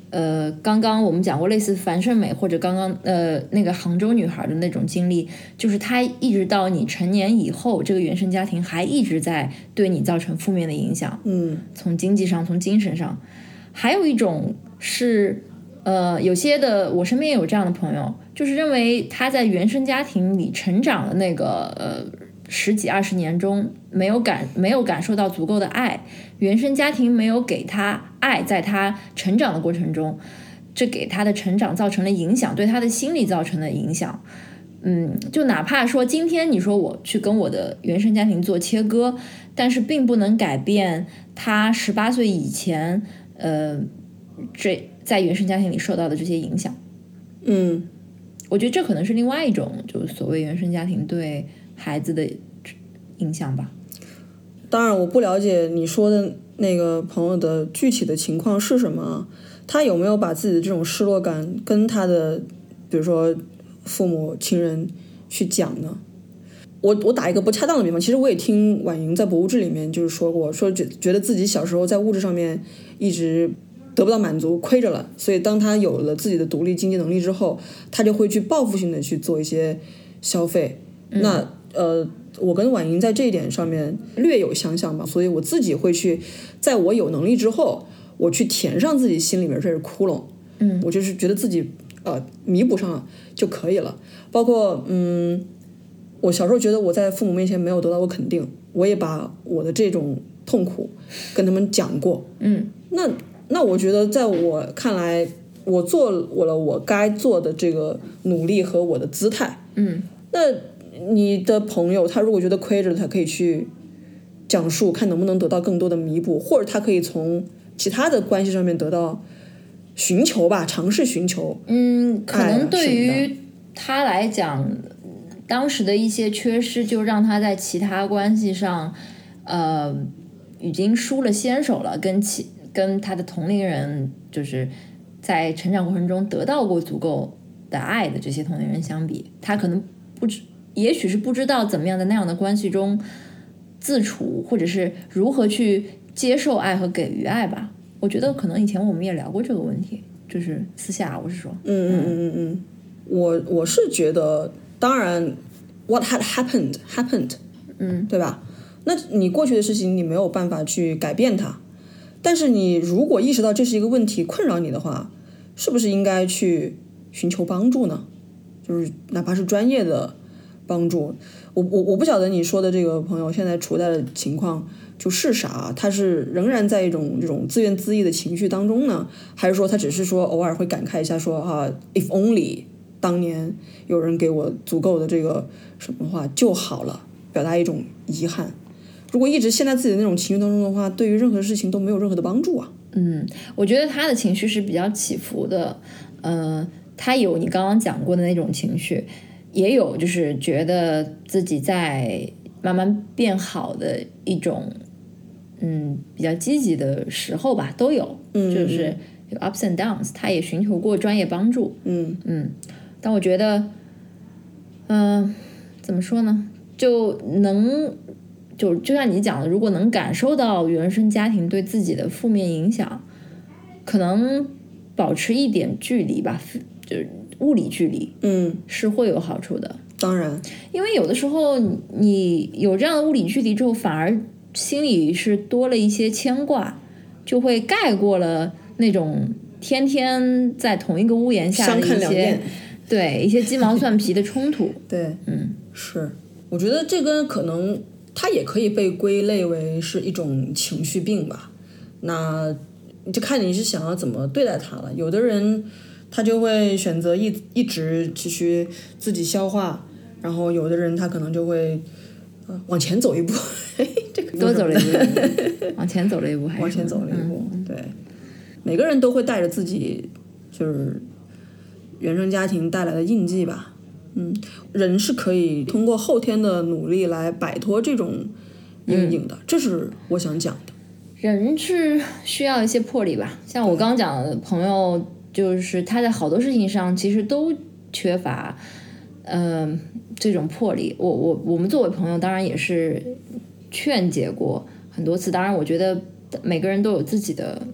呃，刚刚我们讲过类似樊胜美或者刚刚呃那个杭州女孩的那种经历，就是她一直到你成年以后，这个原生家庭还一直在对你造成负面的影响， 嗯， 从经济上，从精神上。还有一种是，呃，有些的我身边也有这样的朋友，就是认为他在原生家庭里成长的那个呃十几二十年中，没有感没有感受到足够的爱，原生家庭没有给他爱，在他成长的过程中，这给他的成长造成了影响，对他的心理造成了影响。嗯，就哪怕说今天你说我去跟我的原生家庭做切割，但是并不能改变他十八岁以前，呃，这在原生家庭里受到的这些影响。 嗯， 我觉得这可能是另外一种，就是所谓原生家庭对孩子的影响吧。 当然，我不了解你说的那个朋友的具体的情况是什么，他有没有把自己的这种失落感跟他的，比如说父母亲人去讲呢？我我打一个不恰当的比方，其实我也听婉莹在《博物志》里面就是说过，说觉觉得自己小时候在物质上面一直得不到满足，亏着了，所以当他有了自己的独立经济能力之后，他就会去报复性的去做一些消费。嗯、那呃，我跟婉莹在这一点上面略有相像吧，所以我自己会去，在我有能力之后，我去填上自己心里面这个窟窿。 嗯， 我就是觉得自己呃弥补上了就可以了。包括嗯。我小时候觉得我在父母面前没有得到过肯定，我也把我的这种痛苦跟他们讲过。 嗯， 那那我觉得在我看来，我做我了我该做的这个努力和我的姿态。 嗯， 那你的朋友他如果觉得亏着了，他可以去讲述，看能不能得到更多的弥补，或者他可以从其他的关系上面得到寻求吧，尝试寻求。 嗯，可能对于他来讲。当时的一些缺失就让他在其他关系上呃已经输了先手了，跟其跟他的同龄人就是在成长过程中得到过足够的爱的这些同龄人相比，他可能不知也许是不知道怎么样在那样的关系中自处，或者是如何去接受爱和给予爱吧。我觉得可能以前我们也聊过这个问题，就是私下我是说嗯嗯嗯嗯嗯我我是觉得当然 what had happened happened 嗯， 对吧？那你过去的事情你没有办法去改变它，但是你如果意识到这是一个问题困扰你的话，是不是应该去寻求帮助呢？就是哪怕是专业的帮助。我我我不晓得你说的这个朋友现在处在的情况就是啥，他是仍然在一种这种自怨自艾的情绪当中呢，还是说他只是说偶尔会感慨一下说啊 if only 当年有人给我足够的这个什么话就好了，表达一种遗憾。如果一直陷在自己的那种情绪当中的话，对于任何事情都没有任何的帮助啊。 嗯，我觉得他的情绪是比较起伏的，呃，他有你刚刚讲过的那种情绪，也有就是觉得自己在慢慢变好的一种，嗯，比较积极的时候吧，都有， 嗯， 就是有 ups and downs， 他也寻求过专业帮助， 嗯嗯，但我觉得，嗯、呃，怎么说呢，就能。就就像你讲的，如果能感受到原生家庭对自己的负面影响，可能保持一点距离吧，就是物理距离， 嗯， 是会有好处的。 当然， 因为有的时候你有这样的物理距离之后，反而心里是多了一些牵挂，就会盖过了那种天天在同一个屋檐下的一些对一些鸡毛蒜皮的冲突。 对， 嗯， 是，我觉得这个可能。它也可以被归类为是一种情绪病吧，那就看你是想要怎么对待它了。有的人他就会选择一一直继续自己消化，然后有的人他可能就会、呃、往前走一步，这个多走了一步，往前走了一步，还是往前走了一步、 嗯， 对，每个人都会带着自己就是原生家庭带来的印记吧。嗯，人是可以通过后天的努力来摆脱这种阴影的、嗯，这是我想讲的。 人是需要一些魄力吧，像我刚刚讲的朋友，就是他在好多事情上其实都缺乏，嗯、呃，这种魄力。我我我们作为朋友，当然也是劝解过很多次。当然，我觉得每个人都有自己的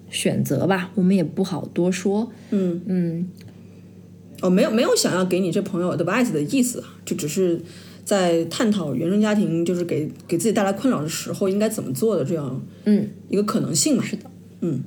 选择吧，我们也不好多说。 嗯嗯， 哦，没有没有想要给你这朋友 advice 的意思，就只是在探讨原生家庭就是给给自己带来困扰的时候应该怎么做的这样嗯一个可能性嘛。 是的。 嗯，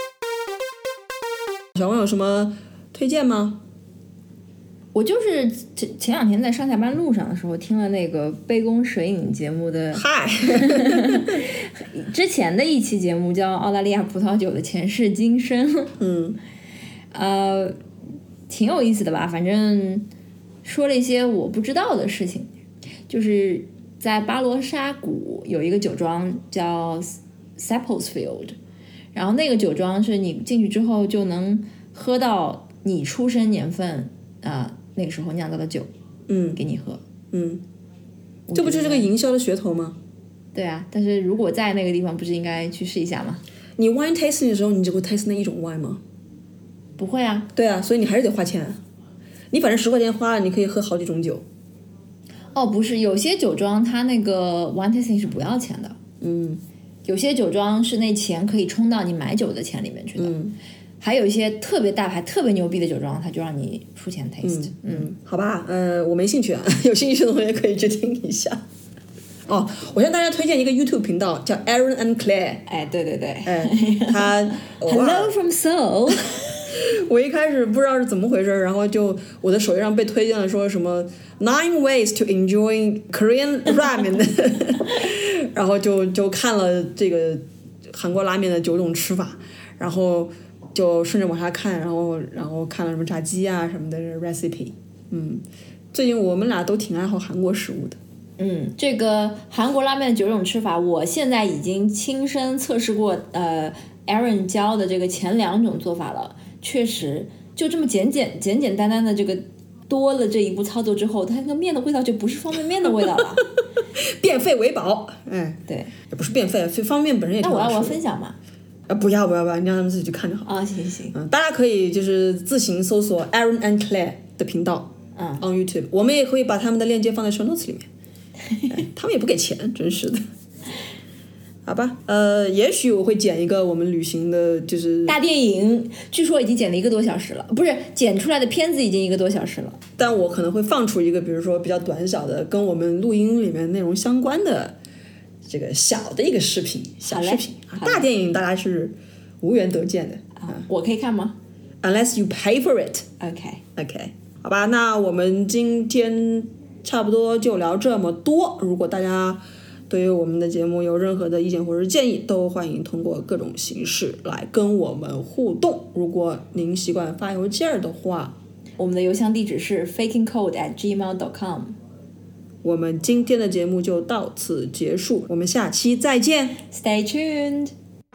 小王有什么推荐吗？ 我就是前前两天在上下班路上的时候听了那个杯弓蛇影节目的嗨， 之前的一期节目叫《澳大利亚葡萄酒的前世今生》。 嗯， 呃，挺有意思的吧？反正说了一些我不知道的事情，就是在巴罗沙谷有一个酒庄叫 Seppeltsfield， 然后那个酒庄是你进去之后就能喝到你出生年份啊、呃、那个时候酿造的酒， 嗯， 给你喝。 嗯，这不就是个营销的噱头吗？ 对啊，但是如果在那个地方，不是应该去试一下吗？ 你 wine tasting 的时候，你只会 taste 那一种 wine 吗？ 不会啊。 对啊，所以你还是得花钱。你反正十块钱花了，你可以喝好几种酒。 哦，不是，有些酒庄它那个 wine tasting 是不要钱的。 嗯， 有些酒庄是那钱可以充到你买酒的钱里面去的。 嗯， 还有一些特别大牌、特别牛逼的酒庄，它就让你付钱 taste。 嗯，嗯好吧，呃，我没兴趣啊，有兴趣的同学可以去听一下。哦，我向大家推荐一个 YouTube 频道，叫 Aaron and Claire。 哎，对对对， 哎，他 Hello from Seoul。 我一开始不知道是怎么回事，然后就我的首页上被推荐了说什么 Nine ways to enjoy Korean ramen， 然后就就看了这个韩国拉面的九种吃法，然后就顺着往下看，然后然后看了什么炸鸡啊什么的 recipe。嗯，最近我们俩都挺爱好韩国食物的。 嗯，这个韩国拉面的九种吃法，我现在已经亲身测试过，呃 ，Aaron 教的这个前两种做法了，确实就这么简简简简单单的这个多了这一步操作之后，它那个面的味道就不是方便面的味道了， 变废为宝，哎， 对， 也不是变废，方便面本身也挺好吃的。 那我要我要分享嘛？ 啊，不要不要不要，你让他们自己去看就好。 啊、哦，行行， 嗯，大家可以就是自行搜索 Aaron and Claire 的频道， 嗯 ，on YouTube， 我们也可以把他们的链接放在 show notes 里面。哎、他们也不给钱，真是的。好吧，呃，也许我会剪一个我们旅行的，就是大电影，据说已经剪了一个多小时了，不是剪出来的片子已经一个多小时了。 但我可能会放出一个，比如说比较短小的，跟我们录音里面内容相关的这个小的一个视频，小视频啊。大电影大家是无缘得见的啊、嗯，我可以看吗 ？Unless you pay for it. OK OK， 好吧，那我们今天差不多就聊这么多。如果大家对于我们的节目有任何的意见或者建议，都欢迎通过各种形式来跟我们互动。如果您习惯发邮件的话， 我们的邮箱地址是 fakingcode at gmail dot com。 我们今天的节目就到此结束，我们下期再见。 Stay tuned。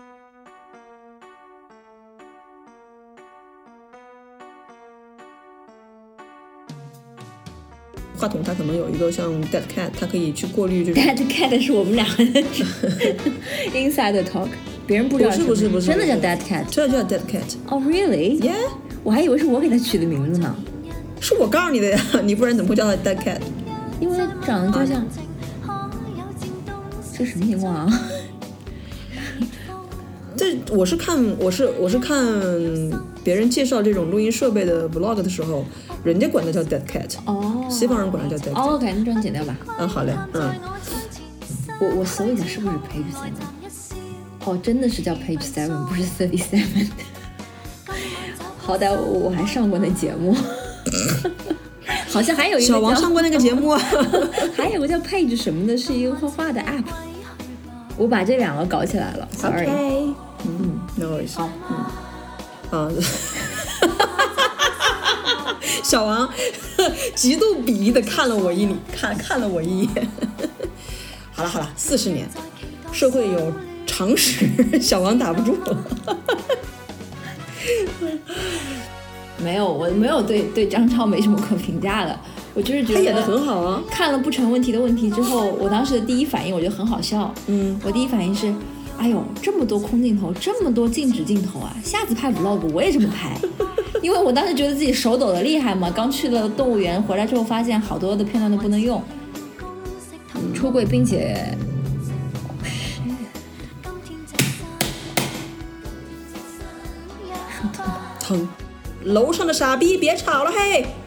话筒它可能有一个像 dead cat， 它可以去过滤这种 dead cat 是我们俩的inside talk， 别人不知道。 不是不是不是， 真的叫 dead cat？ 这叫 dead cat。 哦、oh, really？ Yeah， 我还以为是我给它取的名字呢。 是我告诉你的呀，你不然怎么会叫它 dead cat？ 因为长得就像、啊、这什么情况啊？ 这我是看我是我是看别人介绍这种录音设备的 vlog 的时候，人家管它叫 dead cat， 哦， 西方人管它叫 dead cat。 哦 ，OK， 那这样剪掉吧。 嗯，好嘞，嗯。 我我搜一下是不是 page seven？ 哦，真的是叫 page seven， 不是 thirty seven。好歹我我还上过那节目，好像还有一个小王上过那个节目啊， 还有个叫 page 什么的，是一个画画的 app。我把这两个搞起来了 ，sorry。 Okay. 嗯 ，no worries。好，嗯，啊，小王极度鄙夷的看了我一眼，看看了我一眼。好了好了，四十年，社会有常识，小王打不住了。 没有，我没有对对张超没什么可评价的，我就是觉得他演得很好啊。 看了不成问题的问题之后，我当时的第一反应我觉得很好笑。 嗯， 我第一反应是，哎呦，这么多空镜头，这么多静止镜头啊！下次拍 vlog 我也这么拍，因为我当时觉得自己手抖的厉害嘛。刚去了动物园，回来之后发现好多的片段都不能用，嗯、出柜，并且。 说疼吗？ 疼。楼上的傻逼别吵了嘿。